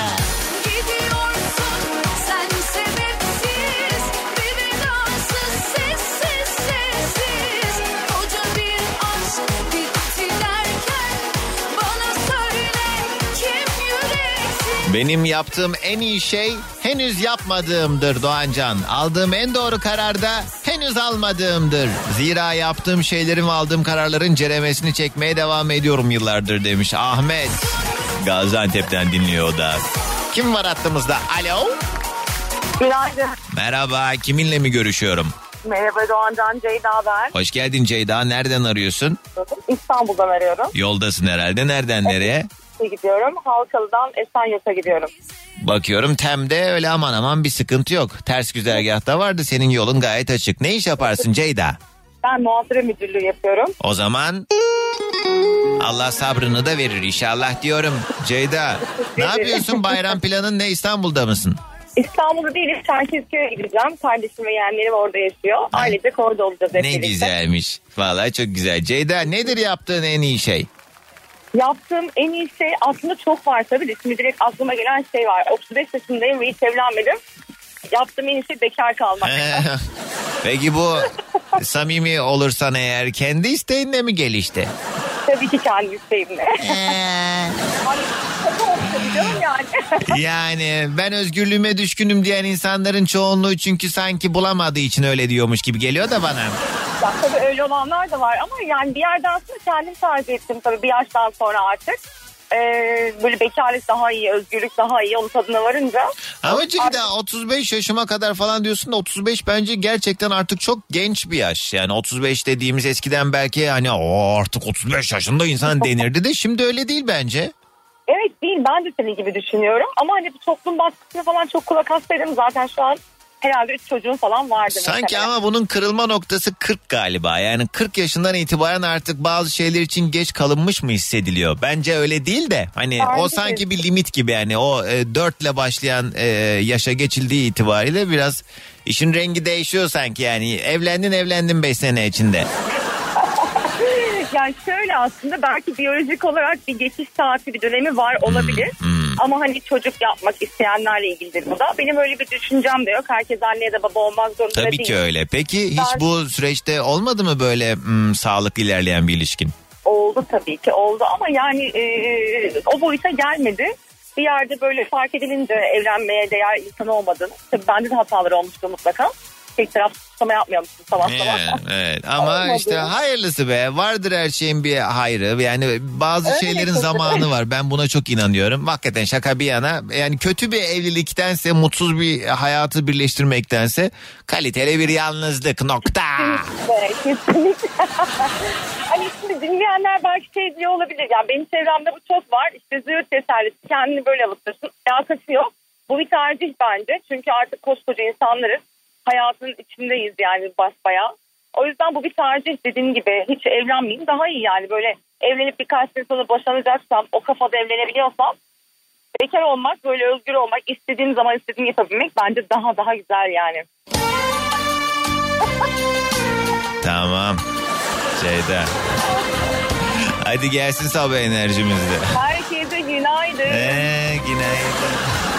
Benim yaptığım en iyi şey henüz yapmadığımdır Doğancan. Aldığım en doğru karar da henüz almadığımdır. Zira yaptığım şeylerin ve aldığım kararların ceremesini çekmeye devam ediyorum yıllardır demiş Ahmet. Gaziantep'ten dinliyor o da. Kim var hattımızda? Alo. Günaydın. Merhaba, kiminle mi görüşüyorum? Merhaba Doğancan, Ceyda ben. Hoş geldin Ceyda, nereden arıyorsun? İstanbul'dan arıyorum. Yoldasın herhalde, nereden nereye? Gidiyorum. Halkalı'dan Esenyurt'a gidiyorum. Bakıyorum Tem'de öyle aman aman bir sıkıntı yok. Ters güzergahta vardı, senin yolun gayet açık. Ne iş yaparsın Ceyda? Ben muhasebe müdürlüğü yapıyorum. O zaman Allah sabrını da verir inşallah diyorum. Ceyda ne yapıyorsun, bayram planın ne, İstanbul'da mısın? İstanbul'da değilim, Çerkezköy'e gideceğim. Kardeşim ve yeğenlerim orada yaşıyor. Ailecek orada olacağız hep Ne birlikte. güzelmiş. Vallahi çok güzel. Ceyda nedir yaptığın en iyi şey? Yaptığım en iyi şey aslında çok var tabii de şimdi direkt aklıma gelen şey var. otuz beş yaşındayım ve hiç evlenmedim. Yaptığım en iyi şey bekar kalmak. Peki bu samimi olursan eğer kendi isteğinle mi gelişti? Tabii ki kendi isteğimle. yani. Yani ben özgürlüğüme düşkünüm diyen insanların çoğunluğu çünkü sanki bulamadığı için öyle diyormuş gibi geliyor da bana. Ya, tabii öyle olanlar da var ama yani bir yerden sonra kendim tercih ettim tabii bir yaştan sonra artık. Ee, böyle bekarlık daha iyi, özgürlük daha iyi, onun tadına varınca. Ama Ceyda otuz beş yaşıma kadar falan diyorsun da otuz beş bence gerçekten artık çok genç bir yaş. Yani otuz beş dediğimiz eskiden belki hani o artık otuz beş yaşında insan denirdi de şimdi öyle değil bence. Evet değil, ben de senin gibi düşünüyorum ama hani bu toplum baskısına falan çok kulak hastaydım zaten şu an. herhalde üç çocuğun falan vardı. Sanki mesela. ama bunun kırılma noktası kırk galiba. Yani kırk yaşından itibaren artık bazı şeyler için geç kalınmış mı hissediliyor? Bence öyle değil de hani Bence o sanki de. bir limit gibi, yani o e, dörtle başlayan e, yaşa geçildiği itibariyle biraz işin rengi değişiyor sanki yani. Evlendin evlendin beş sene içinde. Yani şöyle aslında belki biyolojik olarak bir geçiş saati bir dönemi var olabilir. Hmm, hmm. Ama hani çocuk yapmak isteyenlerle ilgilidir bu da. Benim öyle bir düşüncem de yok. Herkes anne ya da baba olmak zorunda Tabii değil. ki öyle. Peki hiç Ben... bu süreçte olmadı mı böyle hmm, sağlıklı ilerleyen bir ilişkin? Oldu tabii ki oldu ama yani e, o boyuta gelmedi. Bir yerde böyle fark edilince evlenmeye değer insan olmadığını. Tabii bende de hatalar olmuştu mutlaka. Tek taraf tutlama yapmıyormuşsun sabah sabah. Evet, evet. Ama Olmadı. işte hayırlısı be. Vardır her şeyin bir hayrı. Yani bazı Öyle şeylerin çok zamanı güzel. var. Ben buna çok inanıyorum. Hakikaten şaka bir yana. Yani kötü bir evliliktense, mutsuz bir hayatı birleştirmektense kaliteli bir yalnızlık nokta. Kesinlikle, kesinlikle. Hani şimdi dinleyenler belki şey diyor olabilir. Yani benim çevremde bu çok var. İşte züğürt tesellisi, kendini böyle alırsın. Alakası yok. Bu bir tercih bence. Çünkü artık koskoca insanlarız. Hayatın içindeyiz yani basbayağı. O yüzden bu bir tercih, dediğim gibi hiç evlenmeyeyim daha iyi yani. Böyle evlenip birkaç sene sonra boşanacaksam, o kafada evlenebiliyorsam, bekar olmak, böyle özgür olmak, istediğim zaman istediğimi yapabilmek bence daha daha güzel yani. Tamam. Şeyda. Hadi gelsin sabah enerjimizde. Herkese günaydın. Eee günaydın.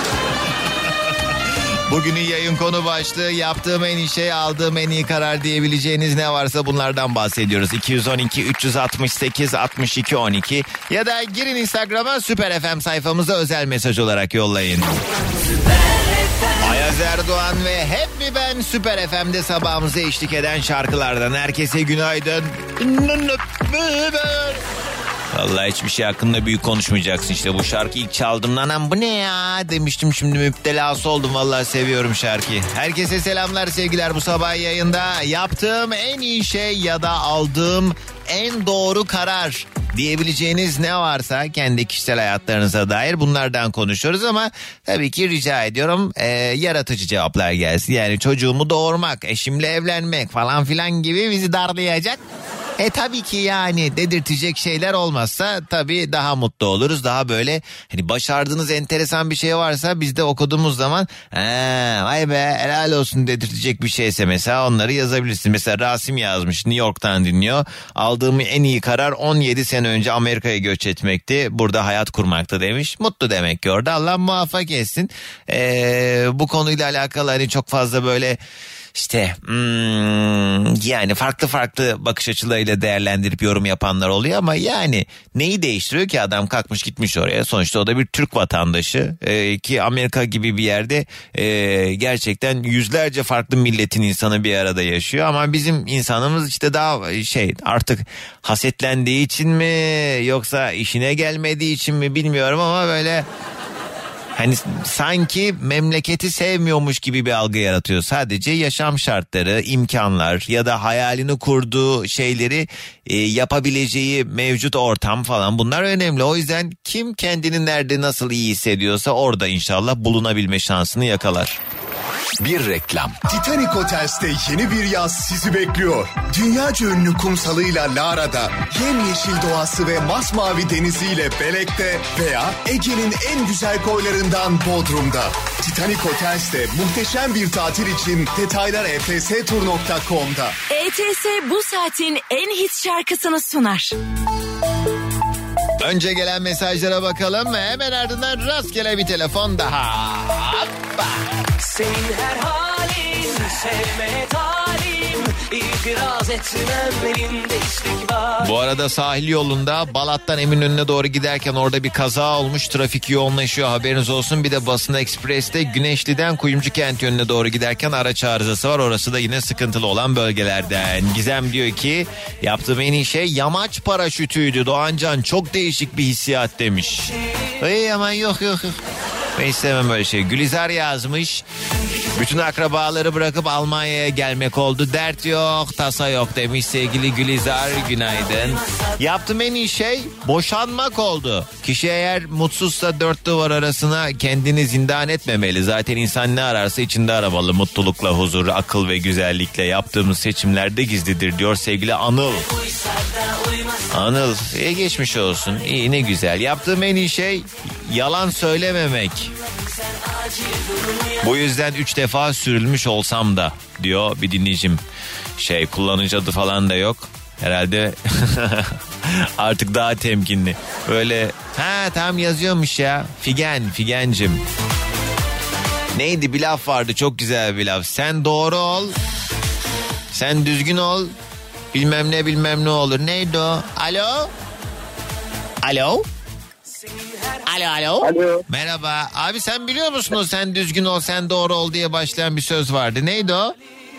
Bugünün yayın konu başlığı yaptığım en iyi şey, aldığım en iyi karar diyebileceğiniz ne varsa bunlardan bahsediyoruz. iki on iki üç altı sekiz altmış iki on iki ya da girin Instagram'a Süper F M sayfamıza özel mesaj olarak yollayın. Ayaz Erdoğan ve hep mi ben Süper F M'de sabahımıza eşlik eden şarkılardan herkese günaydın. Vallahi hiçbir şey hakkında büyük konuşmayacaksın. İşte bu şarkı ilk çaldığımda anam bu ne ya demiştim, şimdi müptelası oldum. Vallahi seviyorum şarkıyı. Herkese selamlar, sevgiler. Bu sabah yayında yaptığım en iyi şey ya da aldığım en doğru karar diyebileceğiniz ne varsa kendi kişisel hayatlarınıza dair bunlardan konuşuyoruz ama tabii ki rica ediyorum e, yaratıcı cevaplar gelsin. Yani çocuğumu doğurmak, eşimle evlenmek falan filan gibi bizi darlayacak. E tabii ki yani dedirtecek şeyler olmazsa tabii daha mutlu oluruz. Daha böyle hani başardığınız enteresan bir şey varsa biz de okuduğumuz zaman vay be helal olsun dedirtecek bir şeyse mesela onları yazabilirsin. Mesela Rasim yazmış, New York'tan dinliyor. Aldığım en iyi karar on yedi sene önce Amerika'ya göç etmekti. Burada hayat kurmakta demiş. Mutlu demek ki orada, Allah muvaffak etsin. Ee, bu konuyla alakalı hani çok fazla böyle İşte hmm, yani farklı farklı bakış açılarıyla değerlendirip yorum yapanlar oluyor ama yani neyi değiştiriyor ki, adam kalkmış gitmiş oraya. Sonuçta o da bir Türk vatandaşı ee, ki Amerika gibi bir yerde e, gerçekten yüzlerce farklı milletin insanı bir arada yaşıyor. Ama bizim insanımız işte daha şey, artık hasetlendiği için mi yoksa işine gelmediği için mi bilmiyorum ama böyle... Hani sanki memleketi sevmiyormuş gibi bir algı yaratıyor. Sadece yaşam şartları, imkanlar ya da hayalini kurduğu şeyleri e, yapabileceği mevcut ortam falan, bunlar önemli. O yüzden kim kendini nerede nasıl iyi hissediyorsa orada inşallah bulunabilme şansını yakalar. Bir reklam. Titanic Hotels'te yeni bir yaz sizi bekliyor. Dünyaca ünlü kumsalıyla Lara'da, yemyeşil doğası ve masmavi deniziyle Belek'te veya Ege'nin en güzel koylarından Bodrum'da. Titanic Hotels'te muhteşem bir tatil için detaylar e t s tur nokta com'da. E T S bu saatin en hit şarkısını sunar. Önce gelen mesajlara bakalım ve hemen ardından rastgele bir telefon daha. Hoppa. Senin her halin sevmeye talim, itiraz etmem elinde istek var. Bu arada sahil yolunda Balat'tan Eminönü'ne doğru giderken orada bir kaza olmuş. Trafik yoğunlaşıyor, haberiniz olsun. Bir de Basın Ekspres'te Güneşli'den Kuyumcukent yönüne doğru giderken araç arızası var. Orası da yine sıkıntılı olan bölgelerden. Gizem diyor ki yaptığım en iyi şey yamaç paraşütüydü. Doğancan çok değişik bir hissiyat demiş. Ay aman yok yok yok. Ben istemem öyle şey. Gülizar yazmış. Bütün akrabaları bırakıp Almanya'ya gelmek oldu. Dert yok, tasa yok demiş sevgili Gülizar. Günaydın. Yaptığım en iyi şey boşanmak oldu. Kişi eğer mutsuzsa dört duvar arasına kendini zindan etmemeli. Zaten insan ne ararsa içinde aramalı. Mutlulukla, huzur, akıl ve güzellikle yaptığımız seçimlerde gizlidir diyor sevgili Anıl. Anıl, iyi geçmiş olsun. İyi, ne güzel. Yaptığım en iyi şey yalan söylememek. Bu yüzden üç defa sürülmüş olsam da diyor bir dinleyicim. Şey, kullanıcı adı falan da yok. Herhalde artık daha temkinli. Böyle ha tam yazıyormuş ya. Figen, Figencim. Neydi, bir laf vardı, çok güzel bir laf. Sen doğru ol. Sen düzgün ol. Bilmem ne bilmem ne olur. Neydi o? Alo? Alo? Alo alo. Alo. Merhaba. Abi sen biliyor musun o sen düzgün ol sen doğru ol diye başlayan bir söz vardı. Neydi o?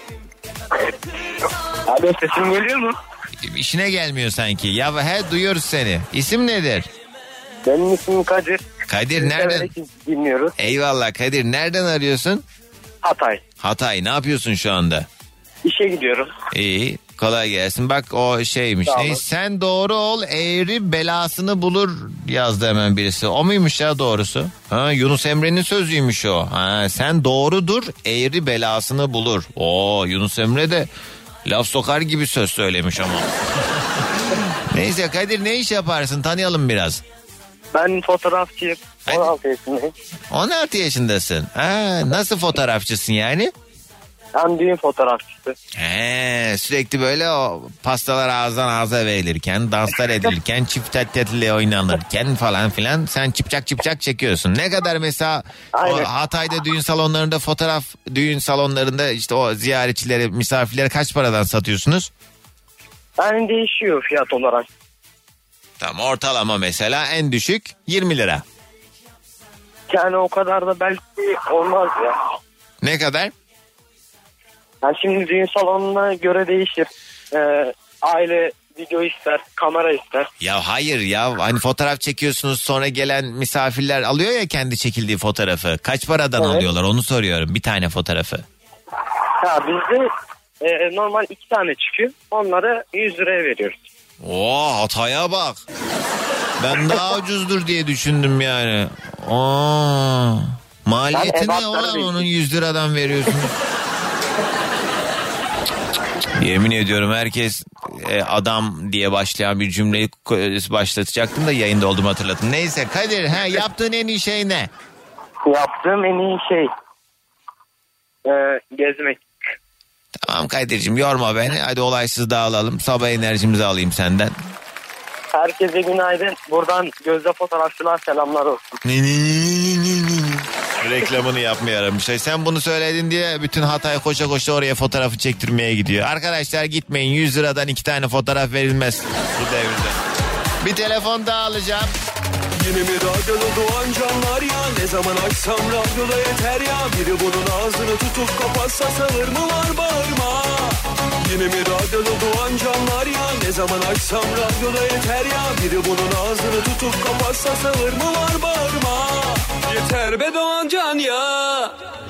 Abi sesim geliyor mu? İşine gelmiyor sanki. Ya he, duyuyoruz seni. İsim nedir? Benim ismim Kadir. Kadir Biz nereden? dinliyoruz. Eyvallah Kadir. Nereden arıyorsun? Hatay. Hatay. Ne yapıyorsun şu anda? İşe gidiyorum. İyi. Kolay gelsin. Bak o şeymiş. Ne? Sen doğru ol eğri belasını bulur yazdı hemen birisi. O muymuş ya doğrusu? Ha, Yunus Emre'nin sözüymüş o. Ha, sen doğrudur eğri belasını bulur. Oo, Yunus Emre de laf sokar gibi söz söylemiş ama. Neyse Kadir, ne iş yaparsın, tanıyalım biraz. Ben fotoğrafçıyım. on altı yaşındayım. on altı yaşındasın. Ha, nasıl fotoğrafçısın yani? Ben düğün fotoğrafçısı. He, sürekli böyle o pastalar ağızdan ağza verilirken, danslar edilirken, çift tetli oynanırken falan filan sen çıpçak çıpçak çekiyorsun. Ne kadar mesela o Hatay'da düğün salonlarında fotoğraf düğün salonlarında işte o ziyaretçileri, misafirleri kaç paradan satıyorsunuz? Yani değişiyor fiyat olarak. Tamam, ortalama mesela en düşük yirmi lira. Yani o kadar da belki olmaz ya. Ne kadar? Yani şimdi düğün salonuna göre değişir. Ee, aile video ister, kamera ister. Ya hayır ya, hani fotoğraf çekiyorsunuz sonra gelen misafirler alıyor ya kendi çekildiği fotoğrafı. Kaç paradan evet. alıyorlar onu soruyorum, bir tane fotoğrafı. Ya bizde e, normal iki tane çıkıyor. Onları yüz liraya veriyoruz. Oo, Hatay'a bak. Ben daha ucuzdur diye düşündüm yani. Oo, maliyeti yani ne olan onun yüz liradan veriyorsunuz? Yemin ediyorum herkes e, adam diye başlayan bir cümleyi başlatacaktım da yayında olduğumu hatırladım. Neyse Kadir, he, yaptığın en iyi şey ne? Yaptığım en iyi şey e, gezmek. Tamam Kadir'cim, yorma beni, hadi olaysız dağılalım, sabah enerjimizi alayım senden. Herkese günaydın, buradan Gözde Fotoğrafçılar selamlar olsun. Reklamını yapmayalım. Şey, sen bunu söyledin diye bütün Hatay koşa koşa oraya fotoğrafı çektirmeye gidiyor. Arkadaşlar gitmeyin, yüz liradan iki tane fotoğraf verilmez bu devirde. Bir telefon daha alacağım. Yine mi radyoda doğan canlar ya, ne zaman açsam radyoda yeter ya. Biri bunun ağzını tutup kapatsa sağır mı var bağırma. Yine mi radyoda doğan canlar ya, ne zaman açsam radyoda yeter ya. Biri bunun ağzını tutup kapatsa sağır mı var bağırma. Yeter be doğan can ya.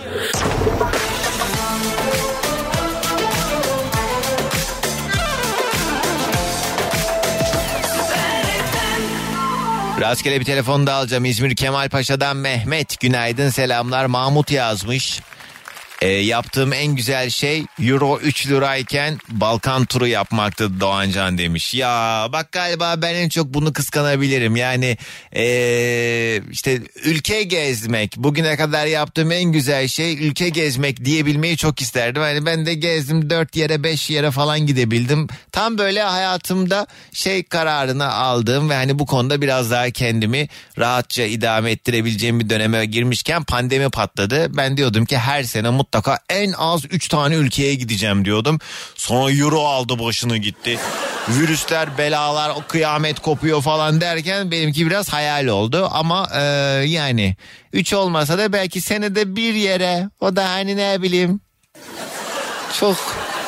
Rastgele bir telefon da alacağım. İzmir Kemalpaşa'dan Mehmet. Günaydın, selamlar. Mahmut yazmış. E, yaptığım en güzel şey Euro üç lirayken Balkan turu yapmaktı Doğancan demiş. Ya bak, galiba ben en çok bunu kıskanabilirim. Yani e, işte ülke gezmek, bugüne kadar yaptığım en güzel şey ülke gezmek diyebilmeyi çok isterdim. Hani ben de gezdim, dört yere beş yere falan gidebildim. Tam böyle hayatımda şey kararını aldığım ve hani bu konuda biraz daha kendimi rahatça idame ettirebileceğim bir döneme girmişken pandemi patladı. Ben diyordum ki her sene mutlaka en az üç tane ülkeye gideceğim diyordum. Sonra euro aldı başını gitti. Virüsler, belalar, o kıyamet kopuyor falan derken benimki biraz hayal oldu. Ama e, yani üç olmasa da belki senede bir yere, o da hani ne bileyim çok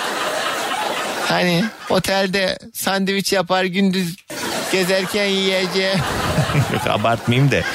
hani otelde sandviç yapar gündüz gezerken yiyeceğim. Yok, abartmayayım da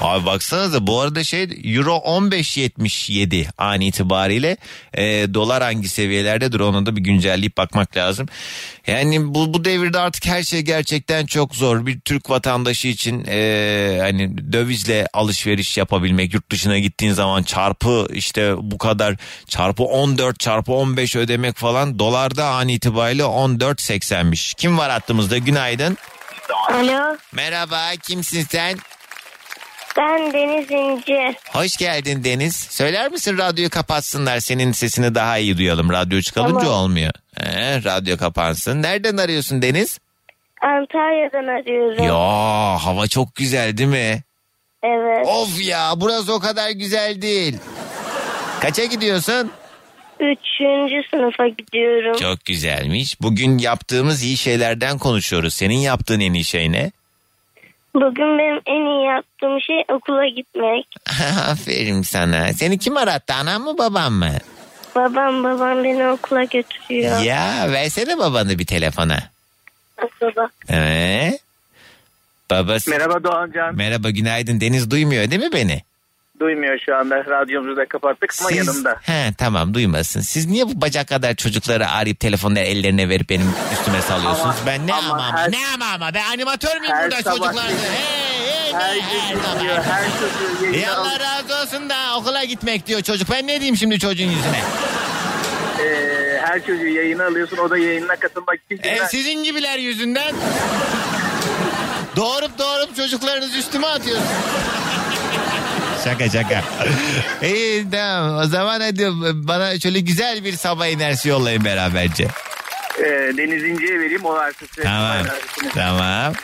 Abi baksanıza bu arada şey euro on beş yetmiş yedi an itibariyle e, dolar hangi seviyelerdedir ona da bir güncelleyip bakmak lazım. Yani bu, bu devirde artık her şey gerçekten çok zor. Bir Türk vatandaşı için e, hani dövizle alışveriş yapabilmek, yurt dışına gittiğin zaman çarpı işte bu kadar çarpı on dört çarpı on beş ödemek falan, dolarda an itibariyle on dört seksenmiş. Kim var hattımızda? Günaydın. Alo. Merhaba, kimsin sen? Ben Deniz İnci. Hoş geldin Deniz. Söyler misin radyoyu kapatsınlar, senin sesini daha iyi duyalım. Radyo çıkalınca tamam. Olmuyor. He, radyo kapansın. Nereden arıyorsun Deniz? Antalya'dan arıyorum. Ya hava çok güzel değil mi? Evet. Of ya, burası o kadar güzel değil. Kaça gidiyorsun? Üçüncü sınıfa gidiyorum. Çok güzelmiş. Bugün yaptığımız iyi şeylerden konuşuyoruz. Senin yaptığın en iyi şey ne? Bugün benim en iyi yaptığım şey okula gitmek. Aferin sana. Seni kim arattı, anam mı babam mı? Babam babam beni okula götürüyor. Ya versene babanı bir telefona. Baba. Evet. Babası. Merhaba Doğancan. Merhaba, günaydın. Deniz duymuyor değil mi beni? Duymuyor şu anda. Radyomuzu da kapattık ama Siz, yanımda. He tamam, duymasın. Siz niye bu bacak kadar çocukları arayıp telefonları ellerine verip benim üstüme salıyorsunuz? Ama, ben ne ama, ama her, ne ama ama ben animatör müyüm burada çocuklarda? Hey hey her, her, her, diyor, her çocuğu yayına Allah razı olsun da okula gitmek diyor çocuk. Ben ne diyeyim şimdi çocuğun yüzüne? Ee, her çocuğu yayına alıyorsun, o da yayınına katılmak için. Ee, sizin gibiler yüzünden. Doğurup doğurup çocuklarınızı üstüme atıyorsun. Şaka şaka. İyi tamam, o zaman hadi bana şöyle güzel bir sabah enerjisi yollayın beraberce. Ee, Deniz İnci'ye vereyim, o versin. Tamam tamam.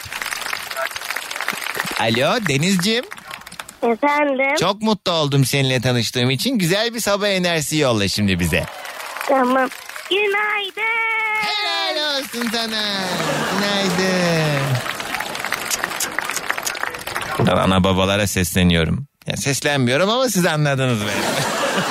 Alo Denizciğim. Efendim. Çok mutlu oldum seninle tanıştığım için. Güzel bir sabah enerjisi yolla şimdi bize. Tamam. Günaydın. Helal olsun sana. Günaydın. Ben ana babalara sesleniyorum. Ya seslenmiyorum ama siz anladınız beni.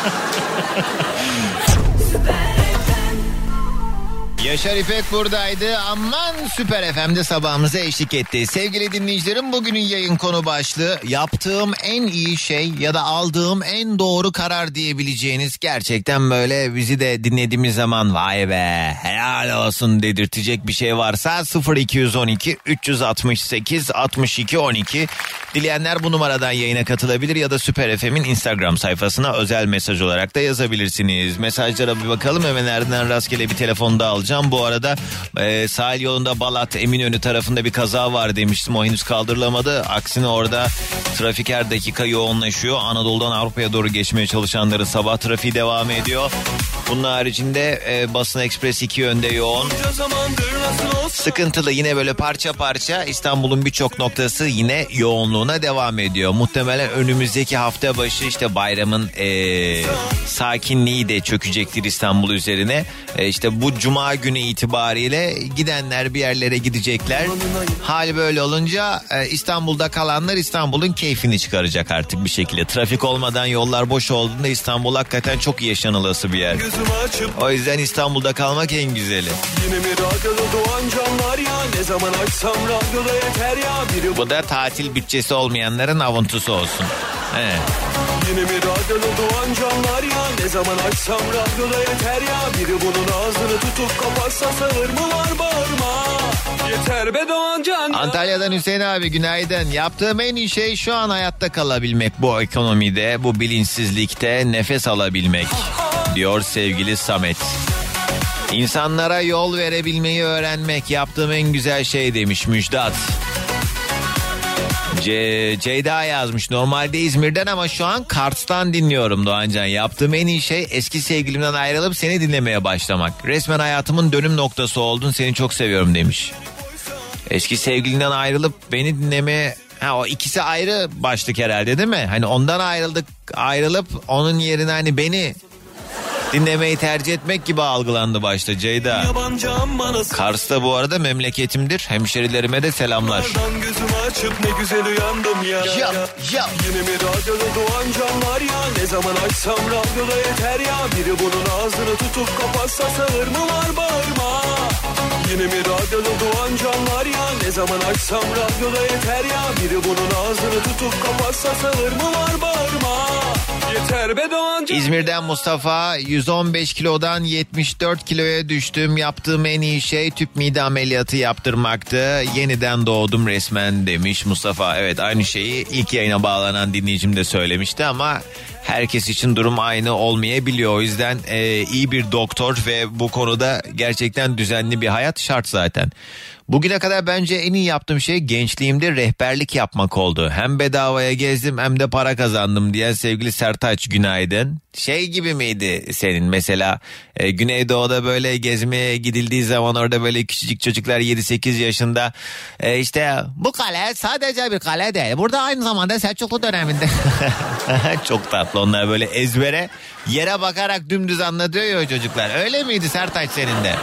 Yaşar İpek buradaydı. Aman Süper F M'de sabahımıza eşlik etti. Sevgili dinleyicilerim, bugünün yayın konu başlığı yaptığım en iyi şey ya da aldığım en doğru karar diyebileceğiniz, gerçekten böyle bizi de dinlediğimiz zaman vay be helal olsun dedirtecek bir şey varsa sıfır iki on iki üç altı sekiz altmış iki on iki dileyenler bu numaradan yayına katılabilir ya da Süper F M'in Instagram sayfasına özel mesaj olarak da yazabilirsiniz. Mesajlara bir bakalım, hemen nereden rastgele bir telefon da alacağım. Bu arada e, sahil yolunda Balat Eminönü tarafında bir kaza var demiştim. O henüz kaldırılamadı. Aksine orada trafik her dakika yoğunlaşıyor. Anadolu'dan Avrupa'ya doğru geçmeye çalışanların sabah trafiği devam ediyor. Bunun haricinde e, Basın Ekspres iki yönde yoğun. Sıkıntılı, yine böyle parça parça İstanbul'un birçok noktası yine yoğunluğuna devam ediyor. Muhtemelen önümüzdeki hafta başı işte bayramın e, sakinliği de çökecektir İstanbul üzerine. E, işte bu cuma günü itibariyle gidenler bir yerlere gidecekler. Hal böyle olunca e, İstanbul'da kalanlar İstanbul'un keyfini çıkaracak artık bir şekilde. Trafik olmadan, yollar boş olduğunda İstanbul hakikaten çok yaşanılası bir yer. O yüzden İstanbul'da kalmak en güzeli. Yine mi radyoda doğan canlar ya, ne zaman açsam radyoda yeter ya. Biri... Bu da tatil bütçesi olmayanların avuntusu olsun. He. Yine mi radyoda doğan canlar ya, ne zaman açsam radyoda yeter ya. Biri bunun ağzını tutup kapatsa sağır mı var bağırma. Yeter be doğan can. Antalya'dan Hüseyin abi günaydın. Yaptığım en iyi şey şu an hayatta kalabilmek, bu ekonomide, bu bilinçsizlikte nefes alabilmek diyor sevgili Samet. İnsanlara yol verebilmeyi öğrenmek yaptığım en güzel şey demiş Müjdat. C- Ceyda yazmış, normalde İzmir'den ama şu an Kars'tan dinliyorum Doğancan. Yaptığım en iyi şey eski sevgilimden ayrılıp seni dinlemeye başlamak. Resmen hayatımın dönüm noktası oldun, seni çok seviyorum demiş. Eski sevgilinden ayrılıp beni dinlemeye... Ha, o ikisi ayrı başlık herhalde değil mi? Hani ondan ayrıldık, ayrılıp onun yerine hani beni dinlemeyi tercih etmek gibi algılandı başta Ceyda. Kars'ta bu arada memleketimdir. Hemşerilerime de selamlar. Gözümü açıp ne güzel uyandım ya. Yap, yap. Yine mi radyoda doğan canlar ya, ne Ne zaman açsam radyoda yeter ya. Biri bunun ağzını tutup kapatsa sağır mı var bağırma. Yine mi radyoda doğan canlar ya. Ne zaman açsam radyoda yeter ya. Biri bunun ağzını tutup kapatsa sağır mı var bağırma. Yeter be doğan canlar. İzmir'den Mustafa, yüz on beş kilodan yetmiş dört kiloya düştüm. Yaptığım en iyi şey tüp mide ameliyatı yaptırmaktı. Yeniden doğdum resmen demiş Mustafa. Evet, aynı şeyi ilk yayına bağlanan dinleyicim de söylemişti ama herkes için durum aynı olmayabiliyor. O yüzden e, iyi bir doktor ve bu konuda gerçekten düzenli bir hayat şart zaten. Bugüne kadar bence en iyi yaptığım şey gençliğimde rehberlik yapmak oldu. Hem bedavaya gezdim hem de para kazandım diyen sevgili Sertaç, günaydın. Şey gibi miydi senin mesela e, Güneydoğu'da böyle gezmeye gidildiği zaman orada böyle küçücük çocuklar yedi sekiz yaşında e, işte bu kale sadece bir kale değil. Burada aynı zamanda Selçuklu döneminde. Çok tatlı, onlar böyle ezbere yere bakarak dümdüz anlatıyor ya o çocuklar. Öyle miydi Sertaç senin de?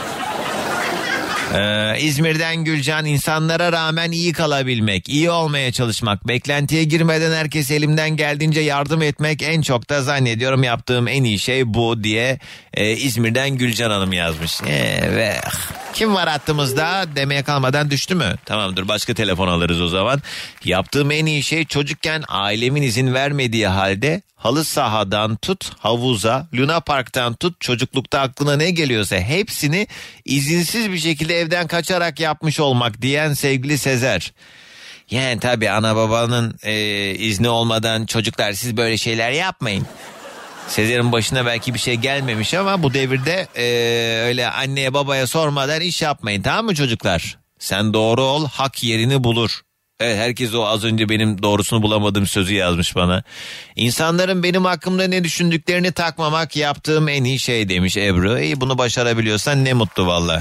Ee, İzmir'den Gülcan, insanlara rağmen iyi kalabilmek, iyi olmaya çalışmak, beklentiye girmeden herkese elimden geldiğince yardım etmek, en çok da zannediyorum yaptığım en iyi şey bu diye e, İzmir'den Gülcan Hanım yazmış. Evet. Kim var hattımızda demeye kalmadan düştü mü? Tamamdır, başka telefon alırız o zaman. Yaptığım en iyi şey çocukken ailemin izin vermediği halde halı sahadan tut havuza, Luna Park'tan tut çocuklukta aklına ne geliyorsa hepsini izinsiz bir şekilde evden kaçarak yapmış olmak diyen sevgili Sezer. Yani tabii ana babanın e, izni olmadan çocuklar siz böyle şeyler yapmayın. Sezer'in başına belki bir şey gelmemiş ama bu devirde e, öyle anneye babaya sormadan iş yapmayın, tamam mı çocuklar? Sen doğru ol, hak yerini bulur. Evet, herkes o az önce benim doğrusunu bulamadığım sözü yazmış bana. İnsanların benim hakkımda ne düşündüklerini takmamak yaptığım en iyi şey demiş Ebru. İyi, bunu başarabiliyorsan ne mutlu valla.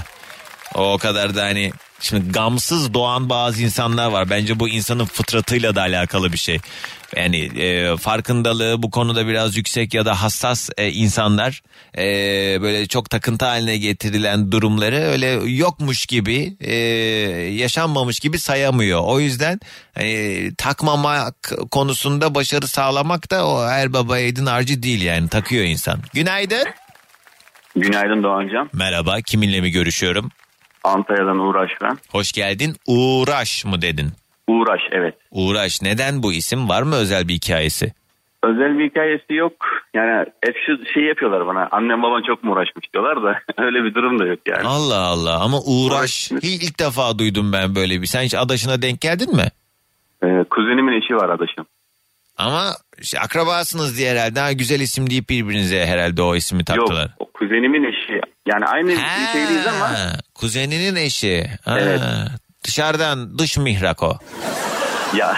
O kadar da hani şimdi gamsız doğan bazı insanlar var. Bence bu insanın fıtratıyla da alakalı bir şey. Yani e, farkındalığı bu konuda biraz yüksek ya da hassas e, insanlar e, böyle çok takıntı haline getirilen durumları öyle yokmuş gibi e, yaşanmamış gibi sayamıyor. O yüzden e, takmamak konusunda başarı sağlamak da o her baba yiğidin harcı değil, yani takıyor insan. Günaydın. Günaydın Doğancan. Merhaba, kiminle mi görüşüyorum? Antalya'dan Uğraş ben. Hoş geldin. Uğraş mı dedin? Uğraş, evet. Uğraş, neden bu isim? Var mı özel bir hikayesi? Özel bir hikayesi yok. Yani hep şu şey yapıyorlar bana. Annem baban çok mu uğraşmış diyorlar da öyle bir durum da yok yani. Allah Allah, ama Uğraş Uğraş. ilk defa duydum ben böyle bir. Sen hiç adaşına denk geldin mi? Ee, kuzenimin eşi var adaşım. Ama işte akrabasınız diye herhalde daha güzel isim deyip birbirinize herhalde o ismi taktılar. Yok, o kuzenimin eşi. Yani aynı bir şeydeyiz ama. Kuzeninin eşi. Ha, evet. Dışarıdan dış mihrak o. Ya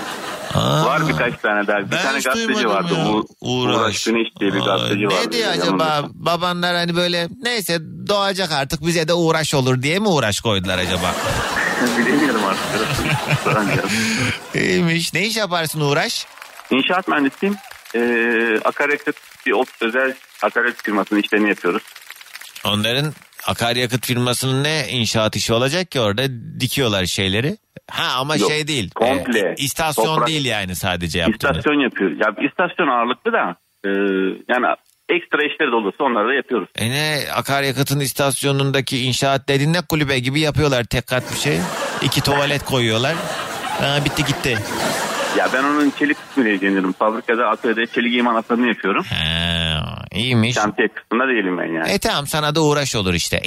var birkaç tane daha. Bir ben tane gazeteci vardı. U- Uğraş. Uğraş Güneş diye bir gazeteci Aa, vardı. Ne diyor acaba? Yanımda. Babanlar hani böyle neyse doğacak artık bize de Uğraş olur diye mi Uğraş koydular acaba? Bilemiyorum artık. İyiymiş. Ne iş yaparsın Uğraş? İnşaat mühendisiyim. Ee, akaryakıt bir özel akaryakıt firmasının işlerini yapıyoruz. Onların akaryakıt firmasının ne inşaat işi olacak ki, orada dikiyorlar şeyleri. Ha ama Yok, şey değil. komple. E, istasyon Toprak, değil yani sadece yaptığını. İstasyon yapıyor. Ya istasyon ağırlıklı da e, yani ekstra işleri de olursa onları da yapıyoruz. E ne akaryakıtın istasyonundaki inşaat dediğin ne, kulübe gibi yapıyorlar, tek kat bir şey. İki tuvalet koyuyorlar. Ha, bitti gitti. Ya ben onun çelik kısmıyla ilgilenirim. Fabrikada, atölyede çelik imalatlarını yapıyorum. Ha, iyiymiş. Şantiye kısmında değilim ben yani. E tamam, sana da Uğraş olur işte.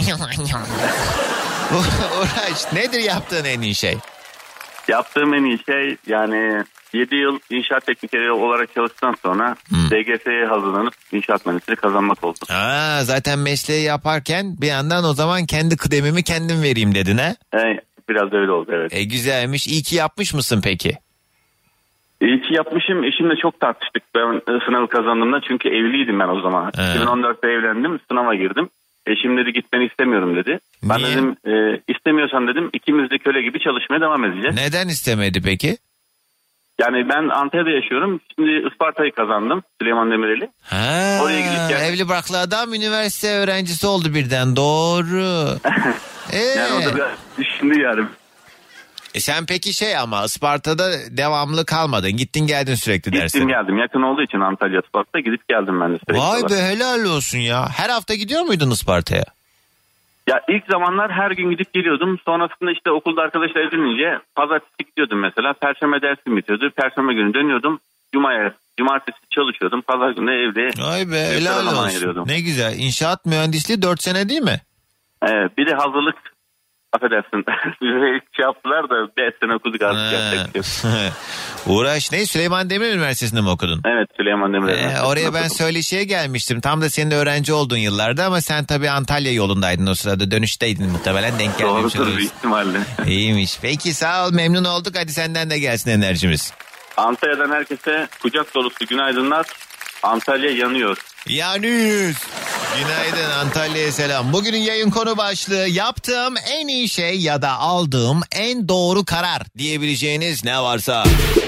Uğraş, nedir yaptığın en iyi şey? Yaptığım en iyi şey yani yedi yıl inşaat teknikeri olarak çalıştıktan sonra hmm. D G S'ye hazırlanıp inşaat mühendisliği kazanmak oldu. Aa, zaten mesleği yaparken bir yandan o zaman kendi kıdemimi kendim vereyim dedin ha? E, biraz öyle oldu, evet. E güzelmiş. İyi ki yapmış mısın peki? İyi ki yapmışım. Eşimle çok tartıştık ben sınavı kazandığımda, çünkü evliydim ben o zaman. He. iki bin on dörtte evlendim, sınava girdim. Eşim dedi gitmeni istemiyorum dedi. Ben Niye? dedim e, istemiyorsan dedim ikimiz de köle gibi çalışmaya devam edeceğiz. Neden istemedi peki? Yani ben Antalya'da yaşıyorum. Şimdi Isparta'yı kazandım, Süleyman Demirel'i. Ha, oraya gidip evli barklı adam üniversite öğrencisi oldu birden, doğru. ee? Yani o da biraz düşündü yani. E sen peki şey ama Isparta'da devamlı kalmadın. Gittin geldin sürekli dersin. Gittim geldim. Yakın olduğu için Antalya Isparta gidip geldim ben de sürekli. Vay olarak. be helal olsun ya. Her hafta gidiyor muydun Isparta'ya? Ya ilk zamanlar her gün gidip geliyordum. Sonrasında işte okulda arkadaşlar edinince pazartesi gidiyordum mesela. Perşembe dersim bitiyordu. Perşembe günü dönüyordum. Cuma'ya, cumartesi çalışıyordum. Pazar günü evde. Vay be helal olsun. Ne güzel. İnşaat mühendisliği dört sene değil mi? Evet, bir de hazırlık, affedersin. şey yaptılar da beş sene okuduk artık. Uğraş ne? Süleyman Demirel Üniversitesi'nde mi okudun? Evet, Süleyman Demirel ee, Üniversitesi'nde Oraya ben okudum. söyleşiye gelmiştim. Tam da senin de öğrenci olduğun yıllarda ama sen tabii Antalya yolundaydın o sırada. Dönüşteydin muhtemelen, denk gelmemiş. Doğrudur büyük ihtimalle. İyiymiş. Peki sağ ol, memnun olduk. Hadi senden de gelsin enerjimiz. Antalya'dan herkese kucak dolusu günaydınlar. Antalya yanıyor. Yanıyoruz. Günaydın, Antalya'ya selam. Bugünün yayın konu başlığı yaptığım en iyi şey ya da aldığım en doğru karar diyebileceğiniz ne varsa.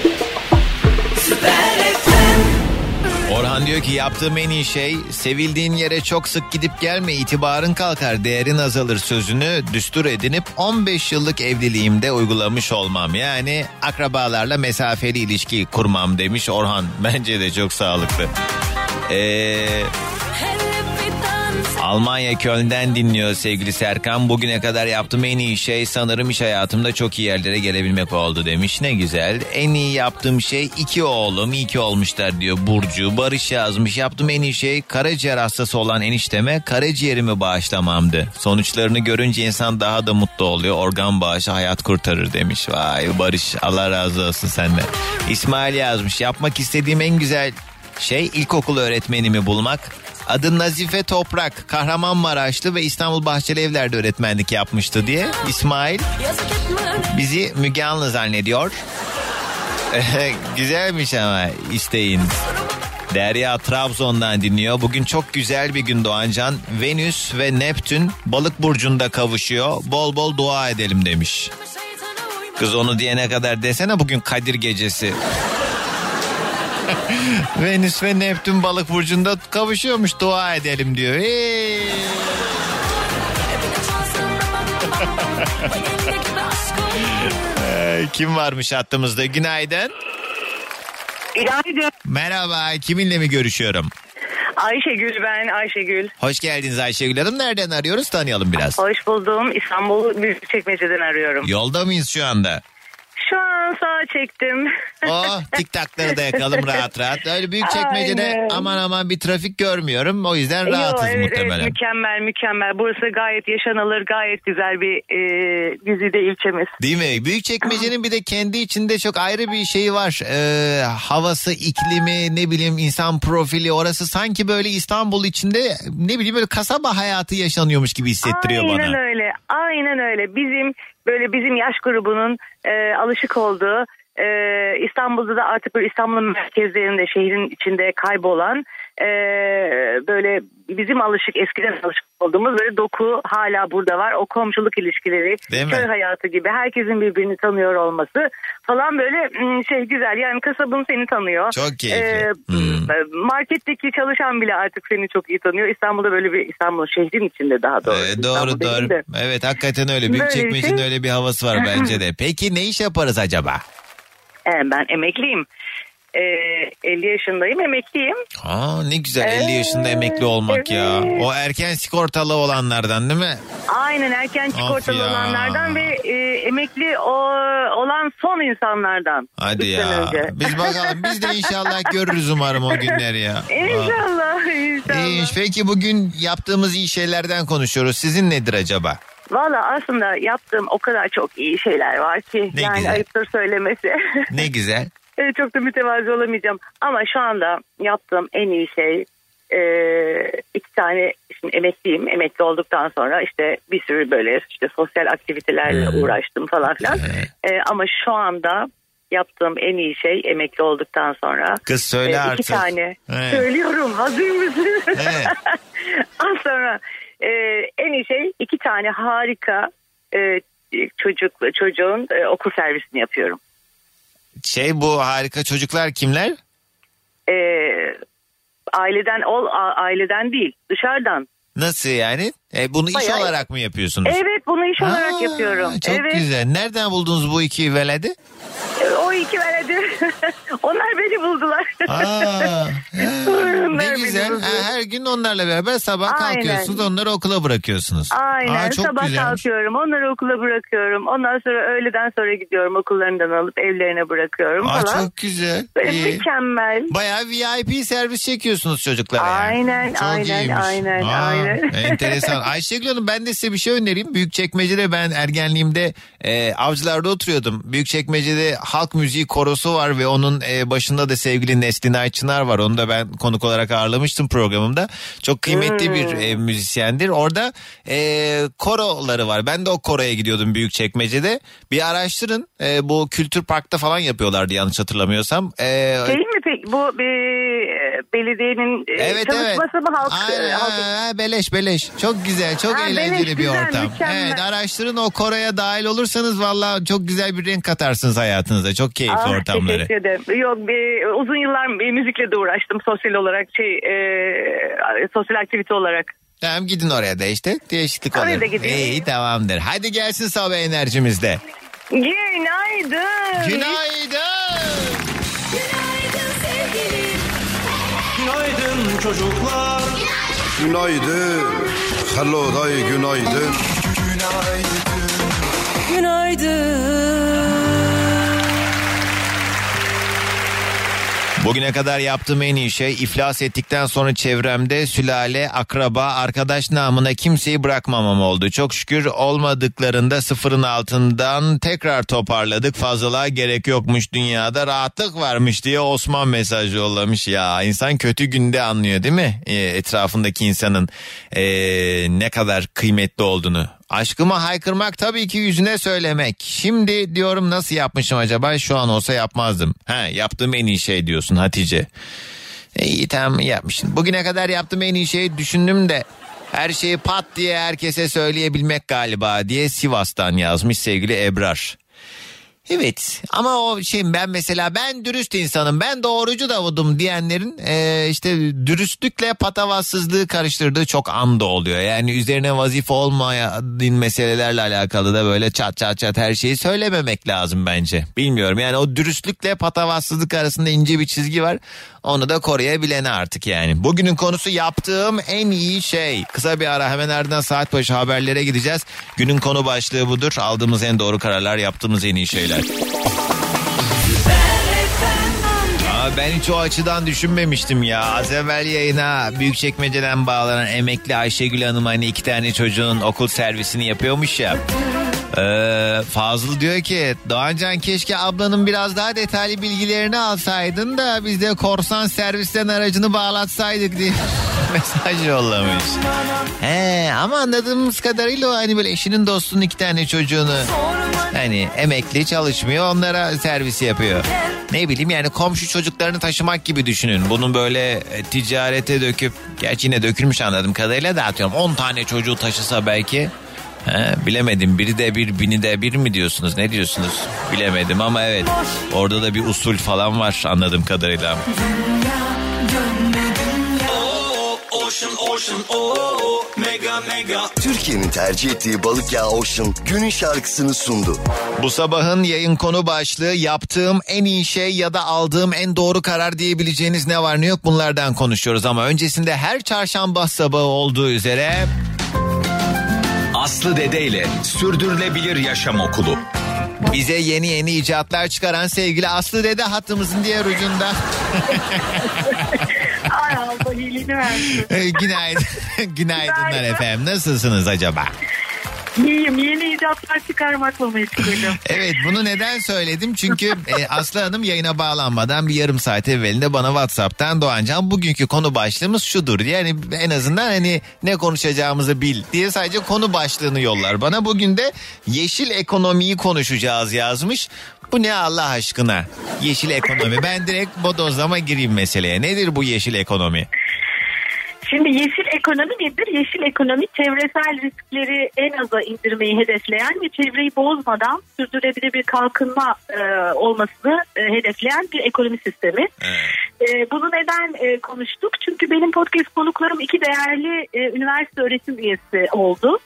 Orhan diyor ki yaptığım en iyi şey sevildiğin yere çok sık gidip gelme, itibarın kalkar, değerin azalır sözünü düstur edinip on beş yıllık evliliğimde uygulamış olmam. Yani akrabalarla mesafeli ilişki kurmam demiş Orhan. Bence de çok sağlıklı. Eee... Almanya Köln'den dinliyor sevgili Serkan. Bugüne kadar yaptığım en iyi şey sanırım iş hayatımda çok iyi yerlere gelebilmek oldu demiş. Ne güzel. En iyi yaptığım şey iki oğlum, iyi ki olmuşlar diyor Burcu. Barış yazmış. Yaptığım en iyi şey karaciğer hastası olan enişteme karaciğerimi bağışlamamdı. Sonuçlarını görünce insan daha da mutlu oluyor. Organ bağışı hayat kurtarır demiş. Vay Barış, Allah razı olsun senden. İsmail yazmış. Yapmak istediğim en güzel şey ilkokul öğretmenimi bulmak. Adı Nazife Toprak, Kahramanmaraşlı ve İstanbul Bahçelievler'de öğretmenlik yapmıştı diye. İsmail bizi Müge Anlı zannediyor. Güzelmiş ama isteğin. Derya Trabzon'dan dinliyor. Bugün çok güzel bir gün Doğancan. Venüs ve Neptün balık burcunda kavuşuyor. Bol bol dua edelim demiş. Kız onu diyene kadar desene bugün Kadir gecesi. Venüs ve Neptün balık burcunda kavuşuyormuş, dua edelim diyor. Hey. Kim varmış hattımızda? Günaydın. Günaydın. Merhaba, kiminle mi görüşüyorum? Ayşegül ben, Ayşegül. Hoş geldiniz Ayşegül Hanım. Nereden arıyoruz, tanıyalım biraz. Hoş buldum. İstanbul Büyükçekmece'den arıyorum. Yolda mıyız şu anda? Şu an sağa çektim. Oh, tiktakları da yakalım rahat rahat. Öyle Büyükçekmece'de Aynen. aman aman bir trafik görmüyorum. O yüzden rahatız Yo, evet, muhtemelen. Evet, mükemmel mükemmel. Burası gayet yaşanılır, gayet güzel bir e, güzide ilçemiz. Değil mi? Büyükçekmece'nin bir de kendi içinde çok ayrı bir şeyi var. Ee, havası, iklimi, ne bileyim insan profili. Orası sanki böyle İstanbul içinde ne bileyim böyle kasaba hayatı yaşanıyormuş gibi hissettiriyor Aynen bana. Aynen öyle. Aynen öyle. Bizim böyle bizim yaş grubunun e, alışık olduğu e, İstanbul'da da artık böyle İstanbul'un merkezlerinde, şehrin içinde kaybolan e, böyle bizim alışık eskiden alışık olduğumuz böyle doku hala burada var. O komşuluk ilişkileri, köy hayatı gibi herkesin birbirini tanıyor olması falan böyle şey güzel. Yani kasabın seni tanıyor. Çok keyifli. E, hmm. Marketteki çalışan bile artık seni çok iyi tanıyor. İstanbul'da böyle bir İstanbul şehrin içinde daha doğru. Ee, doğru doğru. De. Evet hakikaten öyle. Büyükçekmece'nin şey. öyle bir havası var bence de. Peki ne iş yaparız acaba? Ee, ben emekliyim. Ee, elli yaşındayım, emekliyim. Aa ne güzel elli ee, yaşında emekli olmak evet. ya. O erken sigortalı olanlardan değil mi? Aynen erken sigortalı olanlardan ve e, emekli o, olan son insanlardan. Hadi ya. Önce. Biz bakalım biz de inşallah görürüz umarım o günleri ya. İnşallah inşallah. İyi, peki bugün yaptığımız iyi şeylerden konuşuyoruz. Sizin nedir acaba? Valla aslında yaptığım o kadar çok iyi şeyler var ki. Ne yani güzel. Ayıptır söylemesi. Ne güzel. Evet, çok da mütevazı olamayacağım. Ama şu anda yaptığım en iyi şey e, iki tane, şimdi emekliyim. Emekli olduktan sonra işte bir sürü böyle işte sosyal aktivitelerle hmm. uğraştım falan filan. E, ama şu anda yaptığım en iyi şey emekli olduktan sonra. Kız söyle e, artık. İki tane. Evet. Söylüyorum. Hazır mısın? Evet. Az sonra e, en iyi şey iki tane harika e, çocuk çocuğun e, okul servisini yapıyorum. Şey bu harika çocuklar kimler? Ee, aileden ol a, aileden değil dışarıdan Nasıl yani? E, bunu Bayağı... iş olarak mı yapıyorsunuz? Evet, bunu iş olarak Aa, yapıyorum. Çok evet. güzel. Nereden buldunuz bu iki veledi? O iki veledi. Onlar beni buldular. Aa, ne güzel. Ha, her gün onlarla beraber sabah Aynen. kalkıyorsunuz. Onları okula bırakıyorsunuz. Aynen. Aa, çok sabah güzelmiş. Kalkıyorum. Onları okula bırakıyorum. Ondan sonra öğleden sonra gidiyorum. Okullarından alıp evlerine bırakıyorum Aa, falan. Çok güzel. İyi. Mükemmel. Bayağı V I P servis çekiyorsunuz çocuklara. Aynen. Yani. Çok aynen. iyiymiş. Aynen. Aa, aynen. Enteresan. Ayşegül Hanım, ben de size bir şey önereyim. Büyükçekmece'de ben ergenliğimde e, Avcılar'da oturuyordum. Büyükçekmece'de halk müziği korosu var ve onun e, başında da sevgili Neslin Ayçınar var. Onu da ben konuk olarak ağırlamıştım programımda. Çok kıymetli hmm. bir e, müzisyendir. Orada e, koroları var. Ben de o koroya gidiyordum Büyükçekmece'de. Bir araştırın. E, bu Kültür Park'ta falan yapıyorlardı yanlış hatırlamıyorsam. E, Değil mi peki? Bu bir belediyenin evet, çalışması evet. mı halk? Aynen, halk... Aa, beleş beleş. Çok güzel, çok ha, eğlenceli beleş, bir güzel, ortam. Mükemmel. Evet, araştırın, o koroya dahil olursanız valla çok güzel bir renk katarsınız hayatınıza. Çok keyifli ah, ortamları. Teşekkür ederim. Yok, bir, uzun yıllar bir müzikle de uğraştım sosyal olarak, şey e, sosyal aktivite olarak. Tamam, gidin oraya da işte değişiklik olur. İyi, tamamdır. Hadi gelsin sabah enerjimizde. Günaydın. Günaydın. Günaydın sevgilim. Günaydın çocuklar. Günaydın. Hello day, günaydın. Günaydın. Günaydın. Bugüne kadar yaptığım en iyi şey, iflas ettikten sonra çevremde sülale, akraba, arkadaş namına kimseyi bırakmamam oldu. Çok şükür olmadıklarında sıfırın altından tekrar toparladık. Fazlalığa gerek yokmuş, dünyada rahatlık varmış diye Osman mesaj yollamış. Ya insan kötü günde anlıyor değil mi? E, etrafındaki insanın e, ne kadar kıymetli olduğunu. Aşkımı haykırmak, tabii ki yüzüne söylemek. Şimdi diyorum nasıl yapmışım acaba, şu an olsa yapmazdım. Ha, yaptığım en iyi şey diyorsun Hatice. E, iyi tamam, yapmışsın. Bugüne kadar yaptığım en iyi şeyi düşündüm de her şeyi pat diye herkese söyleyebilmek galiba diye Sivas'tan yazmış sevgili Ebrar. Evet, ama o şey, ben mesela ben dürüst insanım, ben doğrucu Davud'um diyenlerin e, işte dürüstlükle patavatsızlığı karıştırdığı çok anda oluyor. Yani üzerine vazife olmayan meselelerle alakalı da böyle çat çat çat her şeyi söylememek lazım bence. Bilmiyorum, yani o dürüstlükle patavatsızlık arasında ince bir çizgi var. Onu da koruyabilene artık yani. Bugünün konusu yaptığım en iyi şey. Kısa bir ara, hemen ardından saat başı haberlere gideceğiz. Günün konu başlığı budur. Aldığımız en doğru kararlar, yaptığımız en iyi şeyler. Aa, ben hiç o açıdan düşünmemiştim ya. Az evvel yayına Büyükçekmece'den bağlanan emekli Ayşegül Hanım hani iki tane çocuğun okul servisini yapıyormuş ya. Ee, Fazıl diyor ki, Doğancan keşke ablanın biraz daha detaylı bilgilerini alsaydın da biz de korsan servisten aracını bağlatsaydık diye mesaj yollamış. He, ama anladığımız kadarıyla o hani böyle eşinin dostunun iki tane çocuğunu, hani emekli çalışmıyor, onlara servisi yapıyor. Ne bileyim yani, komşu çocuklarını taşımak gibi düşünün. Bunun böyle ticarete döküp, gerçi yine dökülmüş anladığım kadarıyla, da atıyorum on tane çocuğu taşısa belki. He, bilemedim, biri de bir, bini de bir mi diyorsunuz, ne diyorsunuz bilemedim, ama evet orada da bir usul falan var anladığım kadarıyla. Türkiye'nin tercih ettiği balık yağı Ocean günün şarkısını sundu. Bu sabahın yayın konu başlığı, yaptığım en iyi şey ya da aldığım en doğru karar diyebileceğiniz ne var ne yok, bunlardan konuşuyoruz. Ama öncesinde her çarşamba sabahı olduğu üzere Aslı Dede ile Sürdürülebilir Yaşam Okulu. Bize yeni yeni icatlar çıkaran sevgili Aslı Dede hattımızın diğer ucunda. Ay Allah iyiliğini versin. Günaydın. Günaydınlar efendim. Nasılsınız acaba? İyiyim. Yeni icatlar çıkarmakla meşgulüm. Evet, bunu neden söyledim? Çünkü e, Aslı Hanım yayına bağlanmadan bir yarım saat evvelinde bana WhatsApp'tan, Doğancan bugünkü konu başlığımız şudur diye, yani en azından hani ne konuşacağımızı bil diye sadece konu başlığını yollar bana. Bugün de yeşil ekonomiyi konuşacağız yazmış. Bu ne Allah aşkına? Yeşil ekonomi. Ben direkt bodozlama gireyim meseleye. Nedir bu yeşil ekonomi? Şimdi yeşil ekonomi nedir? Yeşil ekonomi çevresel riskleri en aza indirmeyi hedefleyen ve çevreyi bozmadan sürdürülebilir bir kalkınma e, olmasını e, hedefleyen bir ekonomi sistemi. Evet. E, bunu neden e, konuştuk? Çünkü benim podcast konuklarım iki değerli e, üniversite öğretim üyesi oldu.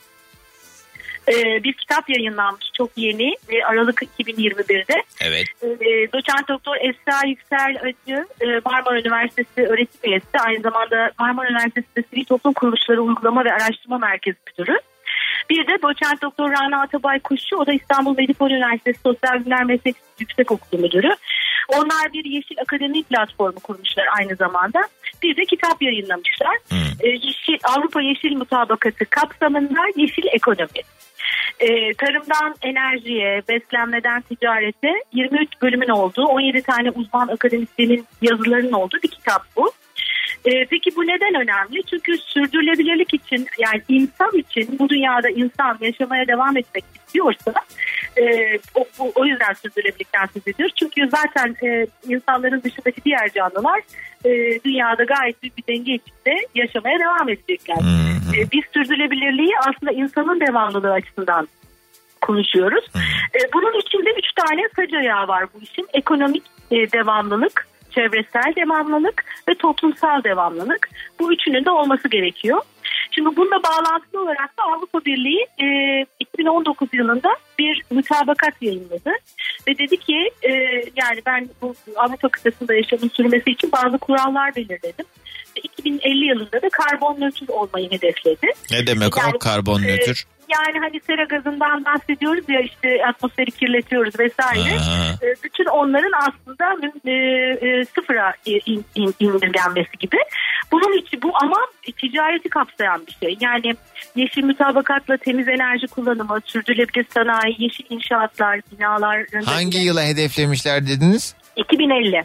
Bir kitap yayınlanmış çok yeni ve Aralık iki bin yirmi birde. Evet. Doçent Doktor Esra Yüksel Acı Marmara Üniversitesi öğretim üyesi, aynı zamanda Marmara Üniversitesi Sivil Toplum Kuruluşları Uygulama ve Araştırma Merkezi Müdürü. Bir de Doçent Doktor Rana Atabay Kuşçu, o da İstanbul Medipol Üniversitesi Sosyal Bilimler Meslek Yüksekokulu Müdürü. Onlar bir Yeşil Akademi platformu kurmuşlar aynı zamanda. Bir de kitap yayınlamışlar. Hmm. Yeşil, Avrupa Yeşil Mutabakatı kapsamında Yeşil Ekonomi. Ee, tarımdan enerjiye, beslenmeden ticarete yirmi üç bölümün olduğu, on yedi tane uzman akademisyenin yazılarının olduğu bir kitap bu. Ee, peki bu neden önemli? Çünkü sürdürülebilirlik için, yani insan için, bu dünyada insan yaşamaya devam etmek istiyorsa e, o, bu, o yüzden sürdürülebilirlikten söz ediyoruz. Çünkü zaten e, insanların dışındaki diğer canlılar e, dünyada gayet büyük bir denge içinde yaşamaya devam edecekler. Hmm. E, biz sürdürülebilirliği aslında insanın devamlılığı açısından konuşuyoruz. Hmm. E, bunun içinde üç tane sac ayağı var bu işin. Ekonomik e, devamlılık, çevresel devamlılık ve toplumsal devamlılık. Bu üçünün de olması gerekiyor. Şimdi bununla bağlantılı olarak da Avrupa Birliği e, iki bin on dokuz yılında bir mutabakat yayınladı. Ve dedi ki e, yani ben bu Avrupa kıtasında yaşamın sürmesi için bazı kurallar belirledim. Ve iki bin elli yılında da karbon nötr olmayı hedefledi. Ne demek yani, o karbon nötr? E, Yani hani sera gazından bahsediyoruz ya, işte atmosferi kirletiyoruz vesaire. E, bütün onların aslında e, e, sıfıra in, in, indirgenmesi gibi. Bunun için bu ama ticareti kapsayan bir şey. Yani yeşil mutabakatla temiz enerji kullanımı, sürdürülebilir sanayi, yeşil inşaatlar, binalar. Hangi yıla hedeflemişler dediniz? iki bin elli.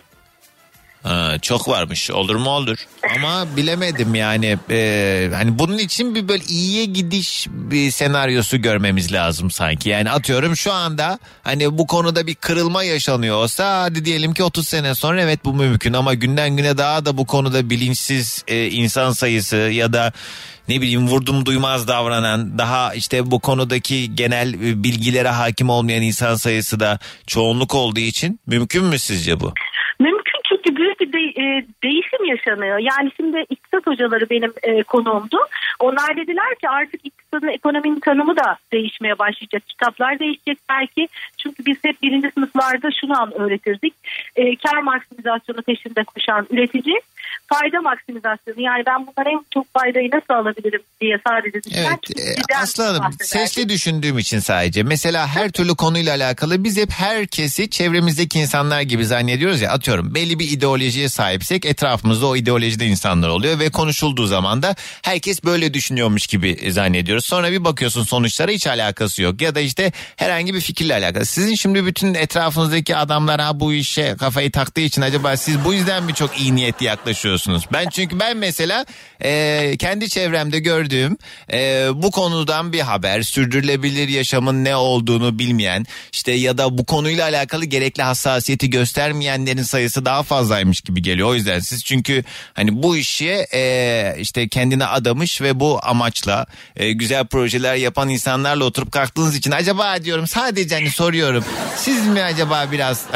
Ha, çok varmış, olur mu olur ama bilemedim yani ee, hani bunun için bir böyle iyiye gidiş bir senaryosu görmemiz lazım sanki. Yani atıyorum şu anda hani bu konuda bir kırılma yaşanıyor olsa hadi diyelim ki otuz sene sonra evet bu mümkün, ama günden güne daha da bu konuda bilinçsiz e, insan sayısı ya da ne bileyim vurdum duymaz davranan, daha işte bu konudaki genel bilgilere hakim olmayan insan sayısı da çoğunluk olduğu için mümkün mü sizce bu? Mümkün, çünkü büyük bir de, e, değişim yaşanıyor. Yani şimdi iktisat hocaları benim e, konuğumdu. Onlar dediler ki artık iktisadın, ekonominin tanımı da değişmeye başlayacak. Kitaplar değişecek belki. Çünkü biz hep birinci sınıflarda şunu an öğretirdik. E, kar maksimizasyonu peşinde koşan üretici, fayda maksimizasyonu. Yani ben bundan en çok faydayı nasıl alabilirim diye sadece düşünen. Evet e, Aslı Hanım, sesli düşündüğüm için sadece. Mesela her türlü konuyla alakalı biz hep herkesi çevremizdeki insanlar gibi zannediyoruz ya, atıyorum belli bir ideolojiye sahipsek etrafımızda o ideolojide insanlar oluyor ve konuşulduğu zaman da herkes böyle düşünüyormuş gibi zannediyoruz. Sonra bir bakıyorsun sonuçlara hiç alakası yok ya da işte herhangi bir fikirle alakalı. Sizin şimdi bütün etrafınızdaki adamlar ha bu işe kafayı taktığı için acaba siz bu yüzden mi çok iyi niyetli yaklaşıyorsunuz? Ben çünkü ben mesela e, kendi çevremde gördüğüm e, bu konudan bir haber, sürdürülebilir yaşamın ne olduğunu bilmeyen işte ya da bu konuyla alakalı gerekli hassasiyeti göstermeyenlerin sayısı daha fazlaymış gibi geliyor. O yüzden siz çünkü hani bu işe e, işte kendine adamış ve bu amaçla e, güzel projeler yapan insanlarla oturup kalktığınız için acaba diyorum, sadece hani soruyorum, siz mi acaba biraz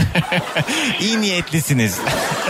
iyi niyetlisiniz?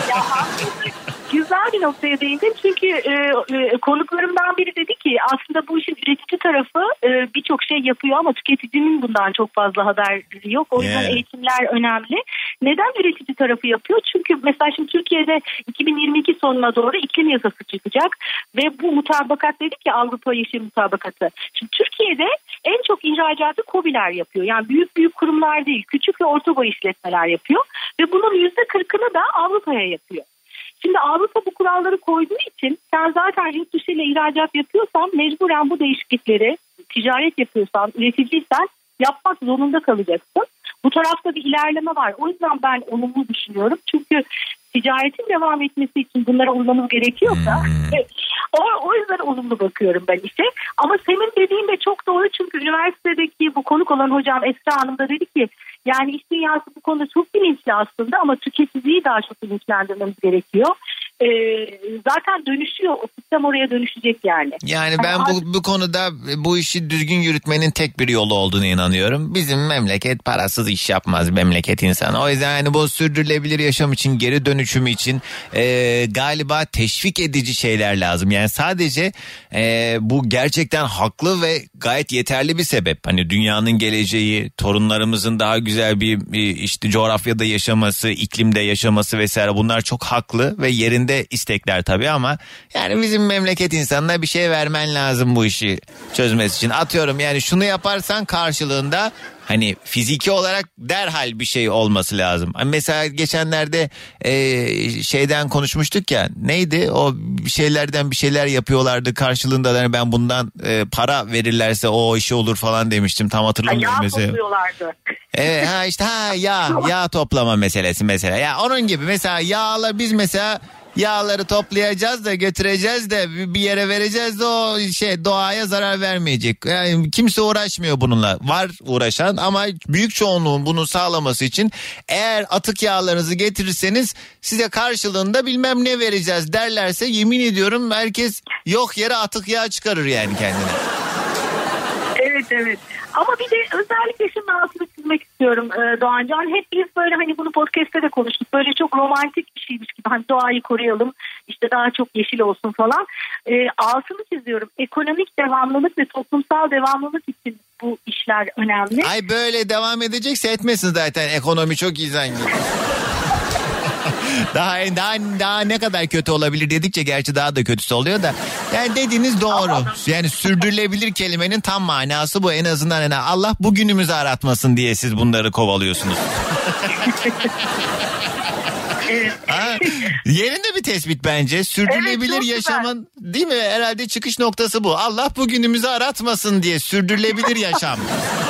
Güzel bir noktaya değindim çünkü e, e, konuklarımdan biri dedi ki aslında bu işin üretici tarafı e, birçok şey yapıyor ama tüketicinin bundan çok fazla haberi yok. O yüzden yeah. eğitimler önemli. Neden üretici tarafı yapıyor? Çünkü mesela şimdi Türkiye'de iki bin yirmi iki sonuna doğru iklim yasası çıkacak ve bu mutabakat dedik ya, Avrupa Yeşil Mutabakatı. Şimdi Türkiye'de en çok ihracatı KOBİ'ler yapıyor. Yani büyük büyük kurumlar değil, küçük ve orta boy işletmeler yapıyor ve bunun yüzde kırkını da Avrupa'ya yapıyor. Şimdi Avrupa bu kuralları koyduğu için sen zaten yurt dışı ile ihracat yapıyorsan mecburen bu değişiklikleri, ticaret yapıyorsan, üreticiysen yapmak zorunda kalacaksın. Bu tarafta bir ilerleme var. O yüzden ben olumlu düşünüyorum. Çünkü ticaretin devam etmesi için bunlara uymamız gerekiyorsa o, o yüzden olumlu bakıyorum ben işe. Ama senin dediğin de çok doğru, çünkü üniversitedeki bu konuk olan hocam Esra Hanım da dedi ki yani iş dünyası bu konuda çok bilinçli aslında ama tüketiciyi daha çok bilinçlendirmemiz gerekiyor. e, zaten dönüşüyor. O sistem oraya dönüşecek yani. Yani ben bu, bu konuda bu işi düzgün yürütmenin tek bir yolu olduğunu inanıyorum. Bizim memleket parasız iş yapmaz, memleket insanı. O yüzden yani bu sürdürülebilir yaşam için, geri dönüşümü için e, galiba teşvik edici şeyler lazım. Yani sadece e, bu gerçekten haklı ve gayet yeterli bir sebep. Hani dünyanın geleceği, torunlarımızın daha güzel bir, bir işte coğrafyada yaşaması, iklimde yaşaması vesaire, bunlar çok haklı ve yerinde istekler tabii ama yani bizim memleket insanına bir şey vermen lazım bu işi çözmesi için. Atıyorum yani şunu yaparsan karşılığında hani fiziki olarak derhal bir şey olması lazım. Hani mesela geçenlerde e, şeyden konuşmuştuk ya, neydi o şeylerden bir şeyler yapıyorlardı karşılığında da hani ben bundan e, para verirlerse o işi olur falan demiştim, tam hatırlamıyorum yağ mesela. topluyorlardı. Evet ha işte ha yağ yağ toplama meselesi mesela. Ya onun gibi mesela yağla biz mesela yağları toplayacağız da götüreceğiz de bir yere vereceğiz de o şey doğaya zarar vermeyecek. Yani kimse uğraşmıyor bununla. Var uğraşan ama büyük çoğunluğun bunu sağlaması için eğer atık yağlarınızı getirirseniz size karşılığında bilmem ne vereceğiz derlerse yemin ediyorum herkes yok yere atık yağ çıkarır yani kendine. Evet evet. Ama bir de özellikle şimdi altını çizmek istiyorum e, Doğancan. Hep biz böyle hani bunu podcast'te de konuştuk. Böyle çok romantik bir şeymiş gibi. Hani doğayı koruyalım, işte daha çok yeşil olsun falan. E, altını çiziyorum. Ekonomik devamlılık ve toplumsal devamlılık için bu işler önemli. Ay böyle devam edecekse etmesin zaten. Ekonomi çok iyi zengin. daha, daha daha ne kadar kötü olabilir dedikçe gerçi daha da kötüsü oluyor da. Yani dediğiniz doğru. Yani sürdürülebilir kelimenin tam manası bu. En azından yani Allah bugünümüzü aratmasın diye siz bunları kovalıyorsunuz. Ha, yerinde bir tespit bence. Sürdürülebilir evet, yaşamın güzel. Değil mi? Herhalde çıkış noktası bu. Allah bugünümüzü aratmasın diye sürdürülebilir yaşam.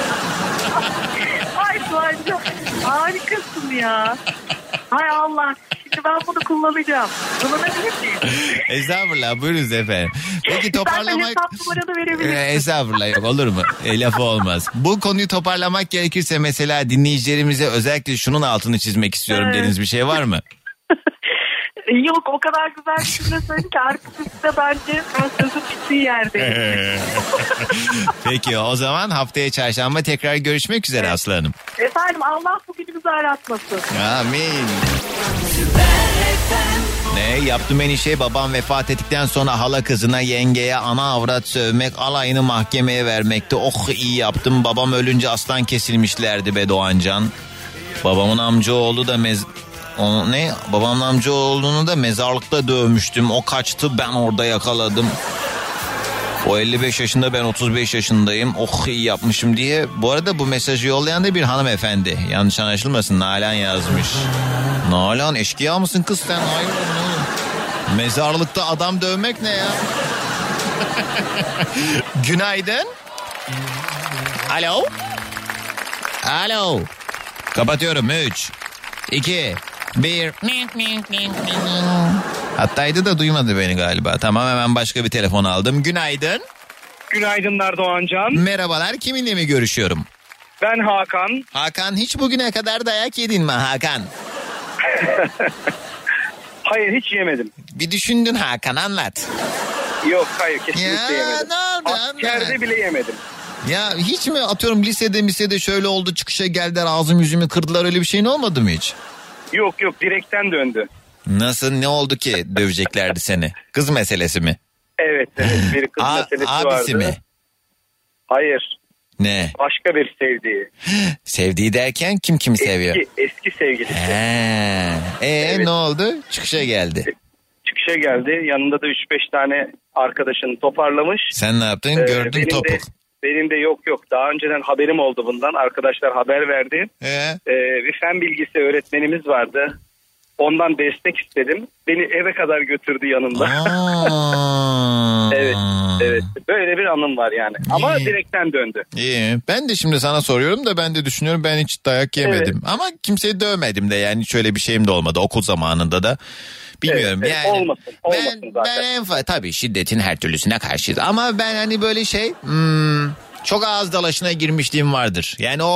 Ay Doğancan harikasın ya. Hay Allah. Şimdi ben bunu kullanacağım. Kullanabilir miyim? Estağfurullah. Buyurunuz efendim. Peki toparlamak... Sen hesap numaranı verebilirsin. Ee, estağfurullah yok olur mu? E, lafı olmaz. Bu konuyu toparlamak gerekirse mesela dinleyicilerimize özellikle şunun altını çizmek istiyorum evet. dediğiniz bir şey var mı? Yok o kadar güzel bir cümle söyledin ki artık üstte bence ben sözün bittiği yerdeyim. Peki o zaman haftaya çarşamba tekrar görüşmek üzere evet. Aslı Hanım. Efendim Allah bugünümüzü aratmasın. Amin. Ne yaptım en iyi şey babam vefat ettikten sonra hala kızına yengeye ana avrat sövmek alayını mahkemeye vermekti. Oh iyi yaptım, babam ölünce aslan kesilmişlerdi be Doğancan. Babamın amcaoğlu da mez... O ne? Babamın amcaoğlunu da mezarlıkta dövmüştüm. O kaçtı, ben orada yakaladım. O elli beş yaşında, ben otuz beş yaşındayım. Oh iyi yapmışım diye. Bu arada bu mesajı yollayan da bir hanımefendi. Yanlış anlaşılmasın, Nalan yazmış. Nalan eşkıya mısın kız sen? Hayır oğlum. Mezarlıkta adam dövmek ne ya? Günaydın. Alo. Alo. Kapatıyorum. Üç, iki, bir. Hattaydı da duymadı beni galiba. Tamam hemen başka bir telefon aldım. Günaydın. Günaydınlar Doğancan. Merhabalar, kiminle mi görüşüyorum? Ben Hakan. Hakan, hiç bugüne kadar dayak yedin mi Hakan? Hayır, hiç yemedim. Bir düşündün Hakan, anlat. Yok hayır, kesinlikle ya, yemedim. Ne oldu? Askerde bile yemedim. Ya hiç mi atıyorum lisede misede şöyle oldu, çıkışa geldiler ağzım yüzümü kırdılar, öyle bir şeyin olmadı mı hiç? Yok yok, direkten döndü. Nasıl, ne oldu ki döveceklerdi seni? Kız meselesi mi? Evet evet, bir kız A- meselesi abisi vardı. Abisi mi? Hayır. Ne? Başka bir sevdiği. Sevdiği derken kim kimi eski, seviyor? Eski sevgilisi. He. Ee evet. Ne oldu? Çıkışa geldi. Çıkışa geldi. Yanında da üç beş tane arkadaşını toparlamış. Sen ne yaptın? Ee, Gördün benim topuk. De, benim de yok yok. Daha önceden haberim oldu bundan. Arkadaşlar haber verdi. Ee? Ee, bir fen bilgisi öğretmenimiz vardı. Ondan destek istedim. Beni eve kadar götürdü yanında. evet, evet. Böyle bir anım var yani. Ama İyi. direkten döndü. İyi. Ben de şimdi sana soruyorum da ben de düşünüyorum, ben hiç dayak yemedim. Evet. Ama kimseyi dövmedim de, yani şöyle bir şeyim de olmadı okul zamanında da. Bilmiyorum evet, yani. Olmasın, olmasın ben, zaten. Ben en fazla tabii şiddetin her türlüsüne karşıyız. Ama ben hani böyle şey hmm, çok ağız dalaşına girmişliğim vardır. Yani o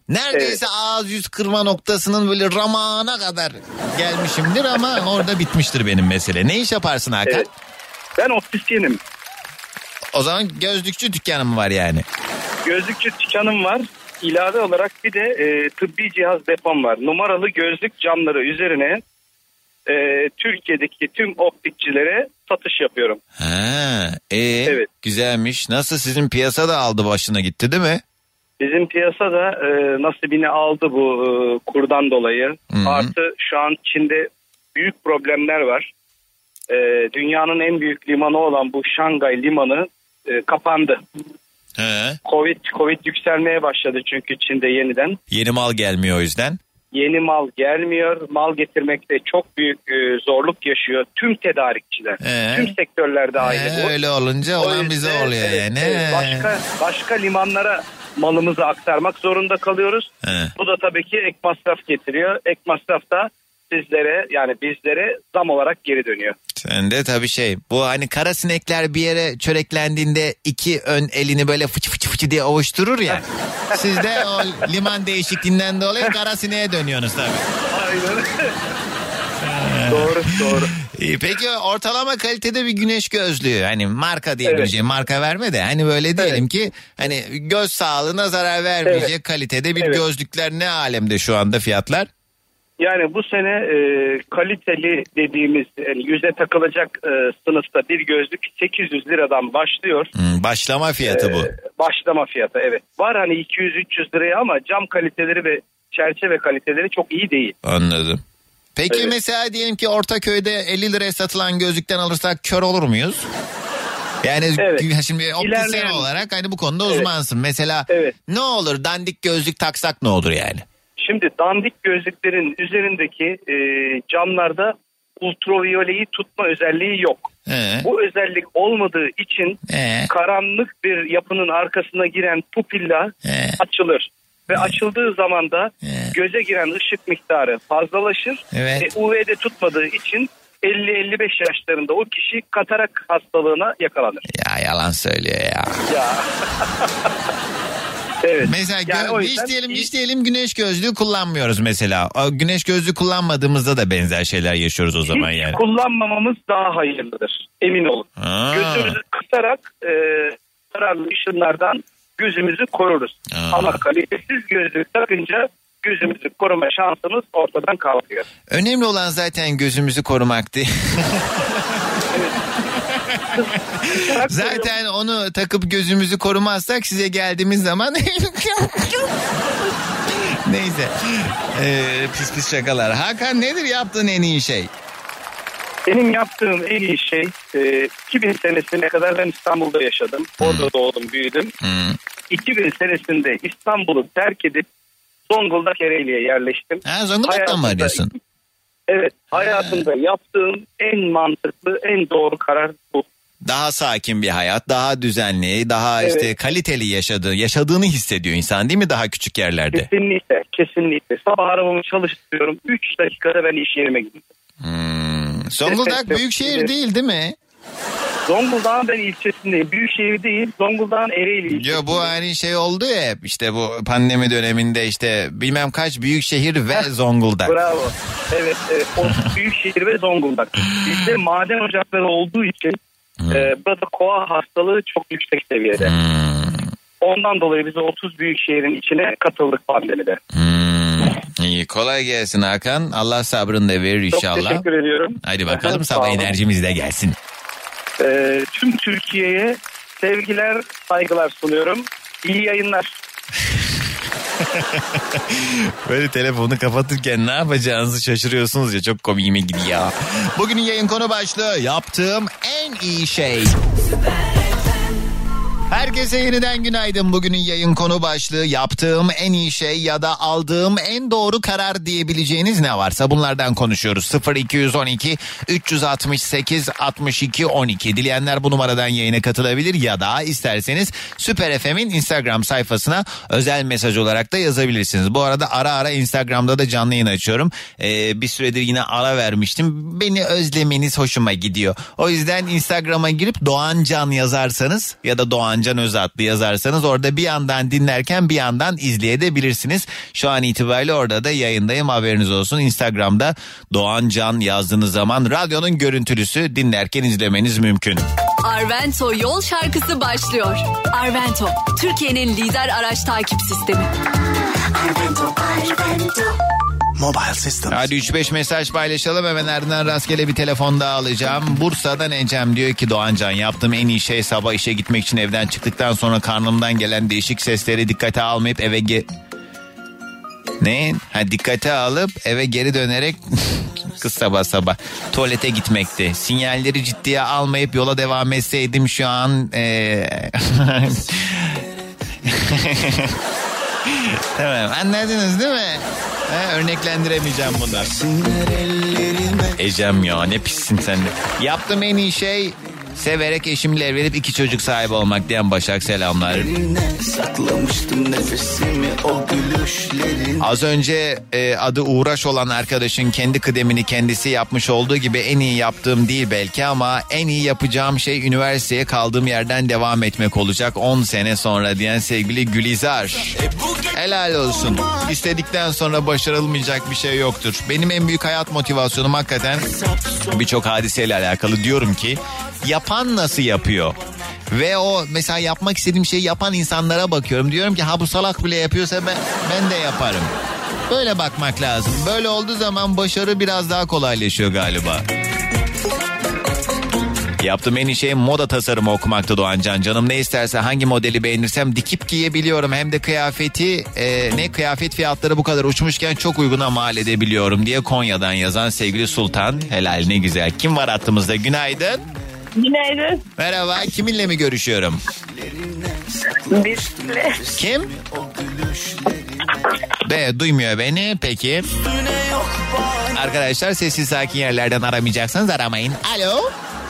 Neredeyse evet. ağız yüz kırma noktasının böyle ramağına kadar gelmişimdir ama orada bitmiştir benim mesele. Ne iş yaparsın Hakan? Evet. Ben optisyenim. O zaman gözlükçü dükkanım var yani. Gözlükçü dükkanım var. İlave olarak bir de e, tıbbi cihaz depom var. Numaralı gözlük camları üzerine e, Türkiye'deki tüm optikçilere satış yapıyorum. Ha, e, evet. Güzelmiş. Nasıl, sizin piyasa da aldı başına gitti değil mi? Bizim piyasa da e, nasibini aldı bu e, kurdan dolayı. Hı-hı. Artı şu an Çin'de büyük problemler var. E, dünyanın en büyük limanı olan bu Şangay limanı e, kapandı. He. Covid Covid yükselmeye başladı çünkü Çin'de yeniden. Yeni mal gelmiyor o yüzden. Yeni mal gelmiyor. Mal getirmekte çok büyük e, zorluk yaşıyor tüm tedarikçiler. Ee, tüm sektörlerde aynı ee, bu. Öyle olunca olan yüzden, bize oluyor evet, yani. Evet, başka başka limanlara malımızı aktarmak zorunda kalıyoruz. He. Bu da tabii ki ek masraf getiriyor. Ek masraf da sizlere, yani bizlere zam olarak geri dönüyor. Sen de tabii şey, bu hani kara sinekler bir yere çöreklendiğinde iki ön elini böyle fıçı fıçı fıçı diye ovuşturur ya. Siz de o liman değişikliğinden dolayı kara sineğe dönüyorsunuz tabii. Aynen. Doğru doğru. İyi, peki ortalama kalitede bir güneş gözlüğü, hani marka diyebileceğim, evet. marka verme de hani böyle diyelim evet. ki hani göz sağlığına zarar vermeyecek evet. kalitede bir evet. gözlükler ne alemde şu anda fiyatlar? Yani bu sene e, kaliteli dediğimiz yani yüze takılacak e, sınıfta bir gözlük sekiz yüz liradan başlıyor. Hmm, başlama fiyatı e, bu. Başlama fiyatı, evet. Var hani iki yüz üç yüz liraya ama cam kaliteleri ve çerçeve kaliteleri çok iyi değil. Anladım. Peki evet. mesela diyelim ki Ortaköy'de elli liraya satılan gözlükten alırsak kör olur muyuz? Yani evet. şimdi optisyen İlerleyen... olarak hani bu konuda evet. uzmansın. Mesela evet. ne olur dandik gözlük taksak ne olur yani? Şimdi dandik gözlüklerin üzerindeki e, camlarda ultraviyoleyi tutma özelliği yok. Ee? Bu özellik olmadığı için ee? karanlık bir yapının arkasına giren pupilla ee? açılır. Ve ee? açıldığı zaman da ee? göze giren ışık miktarı fazlalaşır. Evet. Ve U V'de tutmadığı için elli elli beş yaşlarında o kişi katarak hastalığına yakalanır. Ya yalan söylüyor ya. Ya. Evet. Mesela yani gö- hiç diyelim hiç diyelim güneş gözlüğü kullanmıyoruz mesela. O güneş gözlüğü kullanmadığımızda da benzer şeyler yaşıyoruz o zaman hiç yani. Kullanmamamız daha hayırlıdır. Emin olun. Aa. Gözümüzü kısarak e, zararlı ışınlardan gözümüzü koruruz. Aa. Ama kalitesiz gözlük takınca gözümüzü koruma şansımız ortadan kalkıyor. Önemli olan zaten gözümüzü korumaktı. Zaten onu takıp gözümüzü korumazsak size geldiğimiz zaman neyse ee, pis pis şakalar. Hakan, nedir yaptığın en iyi şey? Benim yaptığım en iyi şey e, iki bin senesine kadar ben İstanbul'da yaşadım. Hmm. Orada doğdum, büyüdüm. Hmm. iki bin senesinde İstanbul'u terk edip Zonguldak Ereğli'ye yerleştim. Ha, Zonguldak'tan mı arıyorsun? Evet, hayatımda yaptığım en mantıklı, en doğru karar bu. Daha sakin bir hayat, daha düzenli, daha evet. işte kaliteli yaşadığı, yaşadığını hissediyor insan değil mi daha küçük yerlerde? Kesinlikle, kesinlikle. Sabah arabamı çalıştırıyorum, üç dakikada ben iş yerime gidiyorum. Hmm. Zonguldak evet, büyük şehir evet. değil değil mi? Zonguldak'ın ben ilçesindeyim. Büyükşehir değil, Zonguldak'ın Ereğli ilçesi. Yo, bu hani şey oldu ya işte bu pandemi döneminde işte bilmem kaç büyükşehir ve Zonguldak. Bravo. Evet, evet. O büyükşehir ve Zonguldak. Bizde maden ocakları olduğu için hmm. e, burada koa hastalığı çok yüksek seviyede. Hmm. Ondan dolayı biz otuz büyükşehirin içine katıldık pandemide. Hmm. İyi, kolay gelsin Hakan. Allah sabrını da verir inşallah. Çok teşekkür ediyorum. Hadi bakalım efendim, sabah enerjimiz de gelsin. Ee, tüm Türkiye'ye sevgiler, saygılar sunuyorum. İyi yayınlar. Böyle telefonu kapatırken ne yapacağınızı şaşırıyorsunuz ya, çok komiğime gidiyor. Bugünün yayın konu başlığı yaptığım en iyi şey. Herkese yeniden günaydın. Bugünün yayın konu başlığı yaptığım en iyi şey ya da aldığım en doğru karar diyebileceğiniz ne varsa bunlardan konuşuyoruz. sıfır iki on iki üç altı sekiz altmış iki on iki dileyenler bu numaradan yayına katılabilir ya da isterseniz Süper F M'in Instagram sayfasına özel mesaj olarak da yazabilirsiniz. Bu arada ara ara Instagram'da da canlı yayın açıyorum. Ee, bir süredir yine ara vermiştim. Beni özlemeniz hoşuma gidiyor. O yüzden Instagram'a girip Doğan Can yazarsanız ya da Doğan Doğancan Özatlı yazarsanız orada bir yandan dinlerken bir yandan izleyebilirsiniz. Şu an itibariyle orada da yayındayım, haberiniz olsun. Instagram'da Doğancan yazdığınız zaman radyonun görüntülüsü dinlerken izlemeniz mümkün. Arvento yol şarkısı başlıyor. Arvento, Türkiye'nin lider araç takip sistemi. Arvento, Arvento. Mobile Systems. Hadi üç beş mesaj paylaşalım, hemen ardından rastgele bir telefon daha alacağım. Bursa'dan Ecem diyor ki Doğancan, yaptığım en iyi şey sabah işe gitmek için evden çıktıktan sonra karnımdan gelen değişik sesleri dikkate almayıp eve ge... Ne? Ha, dikkate alıp eve geri dönerek kız sabah sabah tuvalete gitmekti. Sinyalleri ciddiye almayıp yola devam etseydim şu an... Ee... Tamam, anladınız değil mi? Ha, örneklendiremeyeceğim bunlar. Ecem ya, ne pissin sen de. Yaptığım en iyi şey severek eşimle evlenip iki çocuk sahibi olmak diyen Başak, selamlar. Az önce e, adı Uğraş olan arkadaşın kendi kıdemini kendisi yapmış olduğu gibi en iyi yaptığım değil belki ama en iyi yapacağım şey üniversiteye kaldığım yerden devam etmek olacak on sene sonra diyen sevgili Gülizar. Helal olsun. İstedikten sonra başarılmayacak bir şey yoktur. Benim en büyük hayat motivasyonum hakikaten birçok hadiseyle alakalı. Diyorum ki yapan nasıl yapıyor? Ve o mesela yapmak istediğim şeyi yapan insanlara bakıyorum. Diyorum ki ha bu salak bile yapıyorsa ben, ben de yaparım. Böyle bakmak lazım. Böyle olduğu zaman başarı biraz daha kolaylaşıyor galiba. Yaptığım en iyi şey moda tasarımı okumakta Doğancan. Canım ne isterse hangi modeli beğenirsem dikip giyebiliyorum. Hem de kıyafeti e, ne kıyafet fiyatları bu kadar uçmuşken çok uyguna mal edebiliyorum diye Konya'dan yazan sevgili Sultan. Helal, ne güzel. Kim var hattımızda? Günaydın. Günaydın. Merhaba, kiminle mi görüşüyorum? Bizle. Kim? Be, duymuyor beni. Peki. Arkadaşlar sessiz sakin yerlerden aramayacaksanız aramayın. Alo.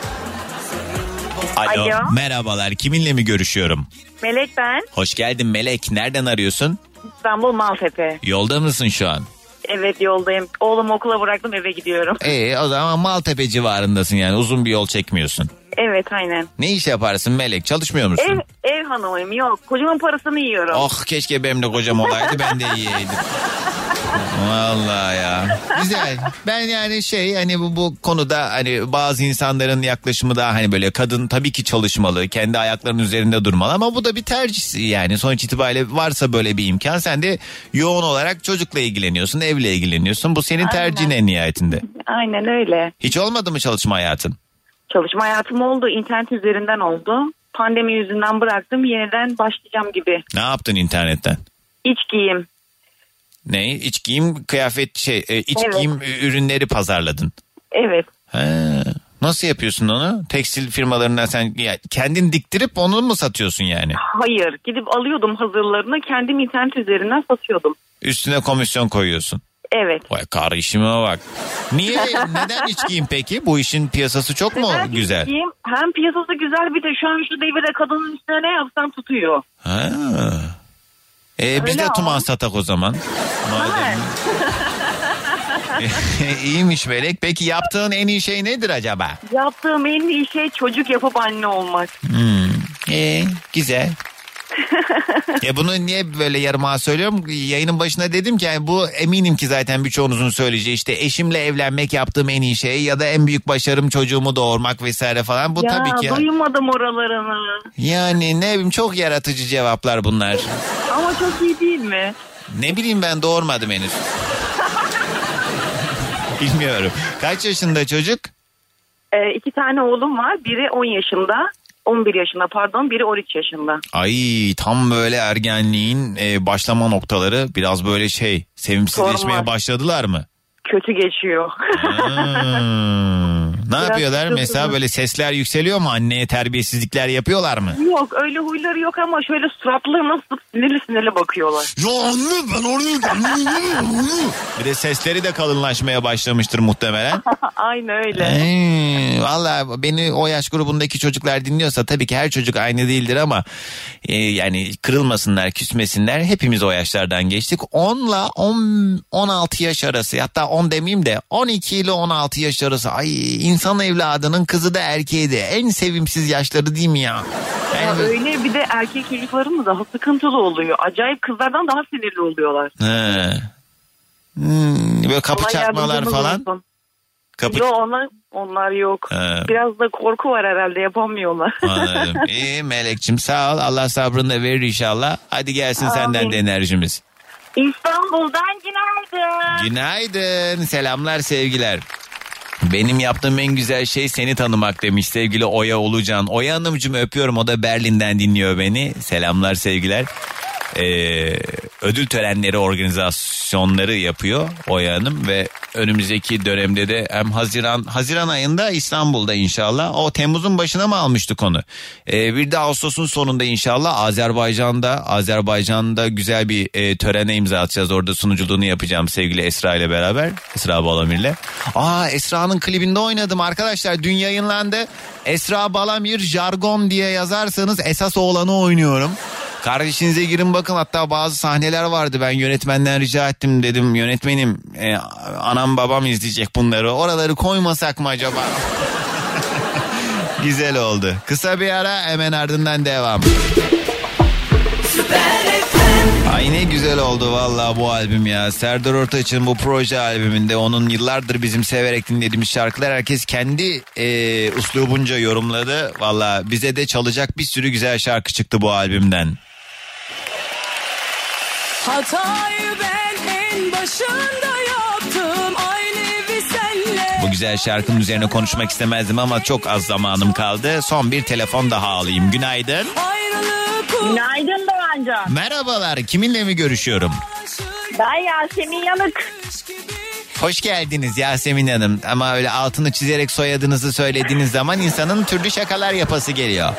Alo. Alo. Merhabalar, kiminle mi görüşüyorum? Melek ben. Hoş geldin Melek. Nereden arıyorsun? İstanbul Maltepe. Yolda mısın şu an? Evet, yoldayım. Oğlumu okula bıraktım, eve gidiyorum. Ee, o zaman Maltepe civarındasın yani, uzun bir yol çekmiyorsun. Evet, aynen. Ne iş yaparsın Melek? Çalışmıyor musun? Ev, ev hanımıyım, yok. Kocamın parasını yiyorum. Oh, keşke benim de kocam olaydı, ben de yiyeydim. Vallahi ya. Güzel. Ben yani şey hani bu, bu konuda hani bazı insanların yaklaşımı da hani böyle kadın tabii ki çalışmalı, kendi ayaklarının üzerinde durmalı ama bu da bir tercih yani. Sonuç itibariyle varsa böyle bir imkan, sen de yoğun olarak çocukla ilgileniyorsun, evle ilgileniyorsun. Bu senin tercihin en nihayetinde. Aynen öyle. Hiç olmadı mı çalışma hayatın? Çalışma hayatım oldu. İnternet üzerinden oldu. Pandemi yüzünden bıraktım. Yeniden başlayacağım gibi. Ne yaptın internetten? İç giyim. Ne? İç giyim, kıyafet şey, iç Evet. giyim ürünleri pazarladın. Evet. He. Nasıl yapıyorsun onu? Tekstil firmalarından sen ya, kendin diktirip onu mu satıyorsun yani? Hayır. Gidip alıyordum hazırlarını. Kendim internet üzerinden satıyordum. Üstüne komisyon koyuyorsun. Evet. Vay kardeşime bak. Niye? Neden iç giyim peki? Bu işin piyasası çok mu Neden güzel? iç giyim? Hem piyasası güzel, bir de şu an şu devirde kadının üstüne ne yapsan tutuyor. Ha. E, biz Öyle de ama. tuman satak o zaman. Madem. İyiymiş Melek. Peki yaptığın en iyi şey nedir acaba? Yaptığım en iyi şey çocuk yapıp anne olmak. Hmm. E, güzel. Ya bunu niye böyle yarıma söylüyorum? Yayının başında dedim ki yani bu eminim ki zaten birçoğunuzun söyleyeceği işte eşimle evlenmek yaptığım en iyi şey ya da en büyük başarım çocuğumu doğurmak vesaire falan. Bu ya, tabii ki. duymadım oralarını. Yani ne bileyim çok yaratıcı cevaplar bunlar. Ama çok iyi değil mi? Ne bileyim ben doğurmadım henüz. Bilmiyorum. Kaç yaşında çocuk? Ee, iki tane oğlum var. Biri on yaşında. on bir yaşında pardon. Biri on üç yaşında. Ay tam böyle ergenliğin e, başlama noktaları, biraz böyle şey sevimsizleşmeye Sorma. başladılar mı? Kötü geçiyor. Hmm. Ne Biraz yapıyorlar? sıkıntı. Mesela böyle sesler yükseliyor mu? Anneye terbiyesizlikler yapıyorlar mı? Yok öyle huyları yok ama şöyle suratlarına nasıl sinirli sinirli bakıyorlar. Ya anne ben orayı Bir de sesleri de kalınlaşmaya başlamıştır muhtemelen. Aynen öyle. Ee, Valla beni o yaş grubundaki çocuklar dinliyorsa tabii ki her çocuk aynı değildir ama e, yani kırılmasınlar, küsmesinler. Hepimiz o yaşlardan geçtik. onla on altı yaş arası, hatta on demeyeyim de on iki ile on altı yaş arası. Ay insan evladının kızı da erkeği de en sevimsiz yaşları değil mi ya? Ya öyle bir de erkek çocukların da daha sıkıntılı oluyor. Acayip kızlardan daha sinirli oluyorlar. He. Hmm, böyle kapı Allah çarpmalar falan. Olsun. Kapı... Yok onlar, onlar yok. He. Biraz da korku var herhalde, yapamıyorlar. Anladım. İyi Melek'cim, sağ ol. Allah sabrını da verir inşallah. Hadi gelsin Amin. Senden de enerjimiz. İstanbul'dan günaydın. Günaydın. Selamlar, sevgiler. Benim yaptığım en güzel şey seni tanımak demiş sevgili Oya Ulucan. Oya Hanımcığım öpüyorum, o da Berlin'den dinliyor beni. Selamlar, sevgiler. Ee, ödül törenleri, organizasyonları yapıyor Oya Hanım ve önümüzdeki dönemde de hem Haziran Haziran ayında İstanbul'da inşallah. O Temmuz'un başına mı almıştık onu? Ee, bir de Ağustos'un sonunda inşallah Azerbaycan'da Azerbaycan'da güzel bir e, törene imza atacağız. Orada sunuculuğunu yapacağım sevgili Esra ile beraber. Esra Balamir'le. Aa, Esra'nın klibinde oynadım arkadaşlar. Dün yayınlandı. Esra Balamir Jargon diye yazarsanız esas oğlanı oynuyorum. Kardeşinize girin bakın, hatta bazı sahneler vardı, ben yönetmenden rica ettim, dedim yönetmenim e, anam babam izleyecek bunları, oraları koymasak mı acaba? Güzel oldu. Kısa bir ara, hemen ardından devam. Ay ne güzel oldu vallahi bu albüm ya. Serdar Ortaç'ın bu proje albümünde onun yıllardır bizim severek dinlediğimiz şarkılar herkes kendi e, uslubunca yorumladı. Vallahi bize de çalacak bir sürü güzel şarkı çıktı bu albümden. Hatayı ben en başında yaptım, aynı bir senle. Bu güzel şarkının üzerine konuşmak istemezdim ama çok az zamanım kaldı. Son bir telefon daha alayım. Günaydın. Günaydın Doğancan. Merhabalar. Kiminle mi görüşüyorum? Ben Yasemin Yanık. Hoş geldiniz Yasemin Hanım. Ama öyle altını çizerek soyadınızı söylediğiniz zaman insanın türlü şakalar yapası geliyor.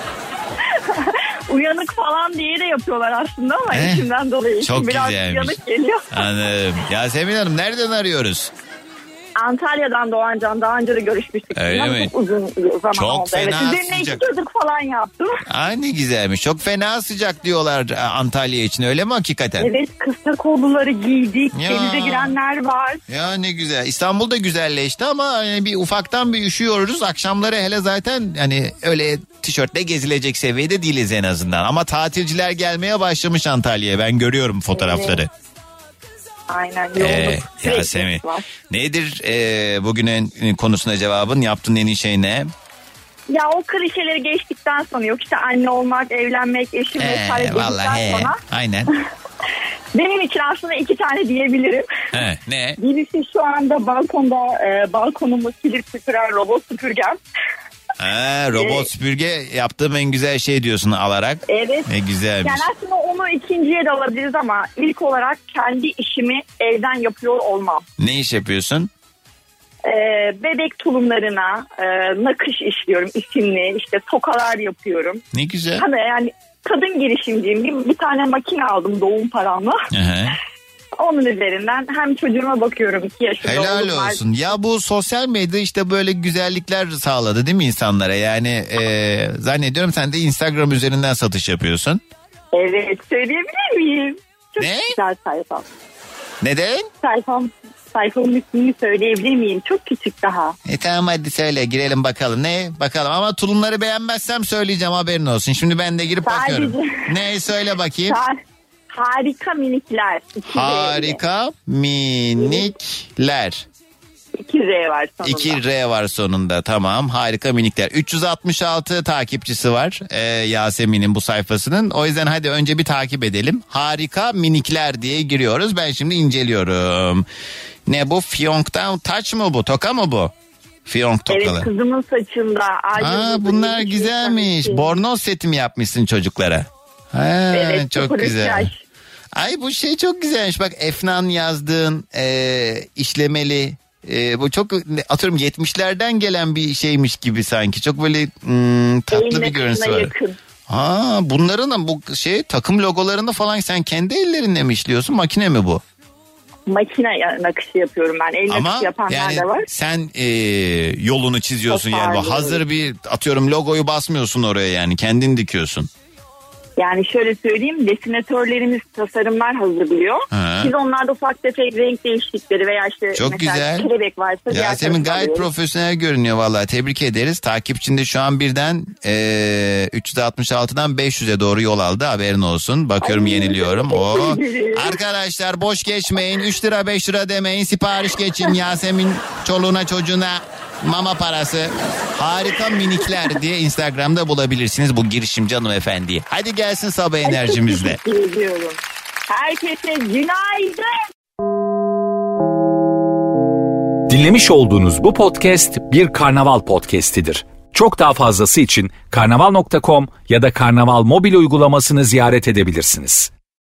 Uyanık falan diye de yapıyorlar aslında ama eh, içimden dolayı çok biraz güzelmiş. uyanık geliyor. Anladım. Yasemin Hanım nereden arıyoruz? Antalya'dan Doğancan, daha önce de görüşmüştük. Öyle Bundan mi? Çok uzun zaman çok oldu. Fena evet. Üzerine iki çocuk falan yaptım. Aa, ne güzelmiş. Çok fena sıcak diyorlar Antalya için, öyle mi hakikaten? Evet, kısa kolluları giydik. Ya. Denize girenler var. Ya ne güzel. İstanbul'da güzelleşti ama yani bir ufaktan bir üşüyoruz. Akşamları hele zaten hani öyle tişörtle gezilecek seviyede değiliz en azından. Ama tatilciler gelmeye başlamış Antalya'ya. Ben görüyorum fotoğrafları. Evet. Aynen, yoğunluk. Ee, Yasemin, nedir e, bugünün konusuna cevabın? Yaptığın en iyi şey ne? Ya o klişeleri geçtikten sonra, yok işte anne olmak, evlenmek, eşim vesaire ee, dedikten sonra. Aynen. Benim için aslında iki tane diyebilirim. He, ne? Birisi şu anda balkonda e, balkonumu silip süpüren robot süpürgem. Ha, robot ee, süpürge yaptığım en güzel şey diyorsun alarak. Evet. Ne güzelmiş. Yani aslında onu ikinciye de alabiliriz ama ilk olarak kendi işimi evden yapıyor olmam. Ne iş yapıyorsun? Ee, bebek tulumlarına e, nakış işliyorum, isimli, işte tokalar yapıyorum. Ne güzel. Hani yani kadın girişimciyim. Bir, bir tane makine aldım doğum paramla. Onun üzerinden hem çocuğuma bakıyorum, iki yaşında. Helal olsun. Ya bu sosyal medya işte böyle güzellikler sağladı değil mi insanlara? Yani e, zannediyorum sen de Instagram üzerinden satış yapıyorsun. Evet, söyleyebilir miyim? Çok ne? güzel sayfam. Neden? Sayfam, sayfamın ismini söyleyebilir miyim? Çok küçük daha. E tamam hadi söyle, girelim bakalım. Ne? Bakalım ama tulumları beğenmezsem söyleyeceğim, haberin olsun. Şimdi ben de girip Sadece... bakıyorum. Ne söyle bakayım. Harika minikler. Harika minikler. iki R var sonunda. iki R var sonunda, tamam. Harika minikler. üç yüz altmış altı takipçisi var ee, Yasemin'in bu sayfasının. O yüzden hadi önce bir takip edelim. Harika minikler diye giriyoruz. Ben şimdi inceliyorum. Ne bu? Fiyonk'tan taç mı bu? Toka mı bu? Fiyonk tokalı. Evet, kızımın saçında. Aa, bunlar güzelmiş. Şey. Bornoz seti mi yapmışsın çocuklara? Ha, evet, çok güzel. Yaş. Ay bu şey çok güzelmiş. Bak Efnan yazdığın e, işlemeli. E, bu çok atıyorum yetmişlerden gelen bir şeymiş gibi sanki. Çok böyle hmm, tatlı Eline bir görüntüsü var. Yakın. Ha, bunların bu şey takım logolarını falan sen kendi ellerinle mi işliyorsun? Makine mi bu? Makine nakışı yapıyorum ben. El Ama nakışı yapanlar yani da var. sen e, yolunu çiziyorsun. Çok yani bu hazır bir atıyorum logoyu basmıyorsun oraya, yani kendin dikiyorsun. Yani şöyle söyleyeyim, desinatörlerimiz tasarımlar hazırlıyor. Ha. Biz onlarda ufak tefek renk değişiklikleri veya işte Çok mesela güzel. kelebek varsa diğer Yasemin tarafı gayet alıyoruz. profesyonel görünüyor vallahi, tebrik ederiz. Takipçinde şu an birden e, üç yüz altmış altıdan beş yüze doğru yol aldı, haberin olsun. Bakıyorum Ay, yeniliyorum. O ederim. Arkadaşlar boş geçmeyin, üç lira beş lira demeyin, sipariş geçin. Yasemin çoluğuna çocuğuna mama parası. Harika minikler diye Instagram'da bulabilirsiniz bu girişimci hanımefendiyi. Hadi gelsin sabah enerjimizle. Teşekkür ediyorum. Herkese günaydın. Dinlemiş olduğunuz bu podcast bir karnaval podcastidir. Çok daha fazlası için karnaval nokta com ya da karnaval mobil uygulamasını ziyaret edebilirsiniz.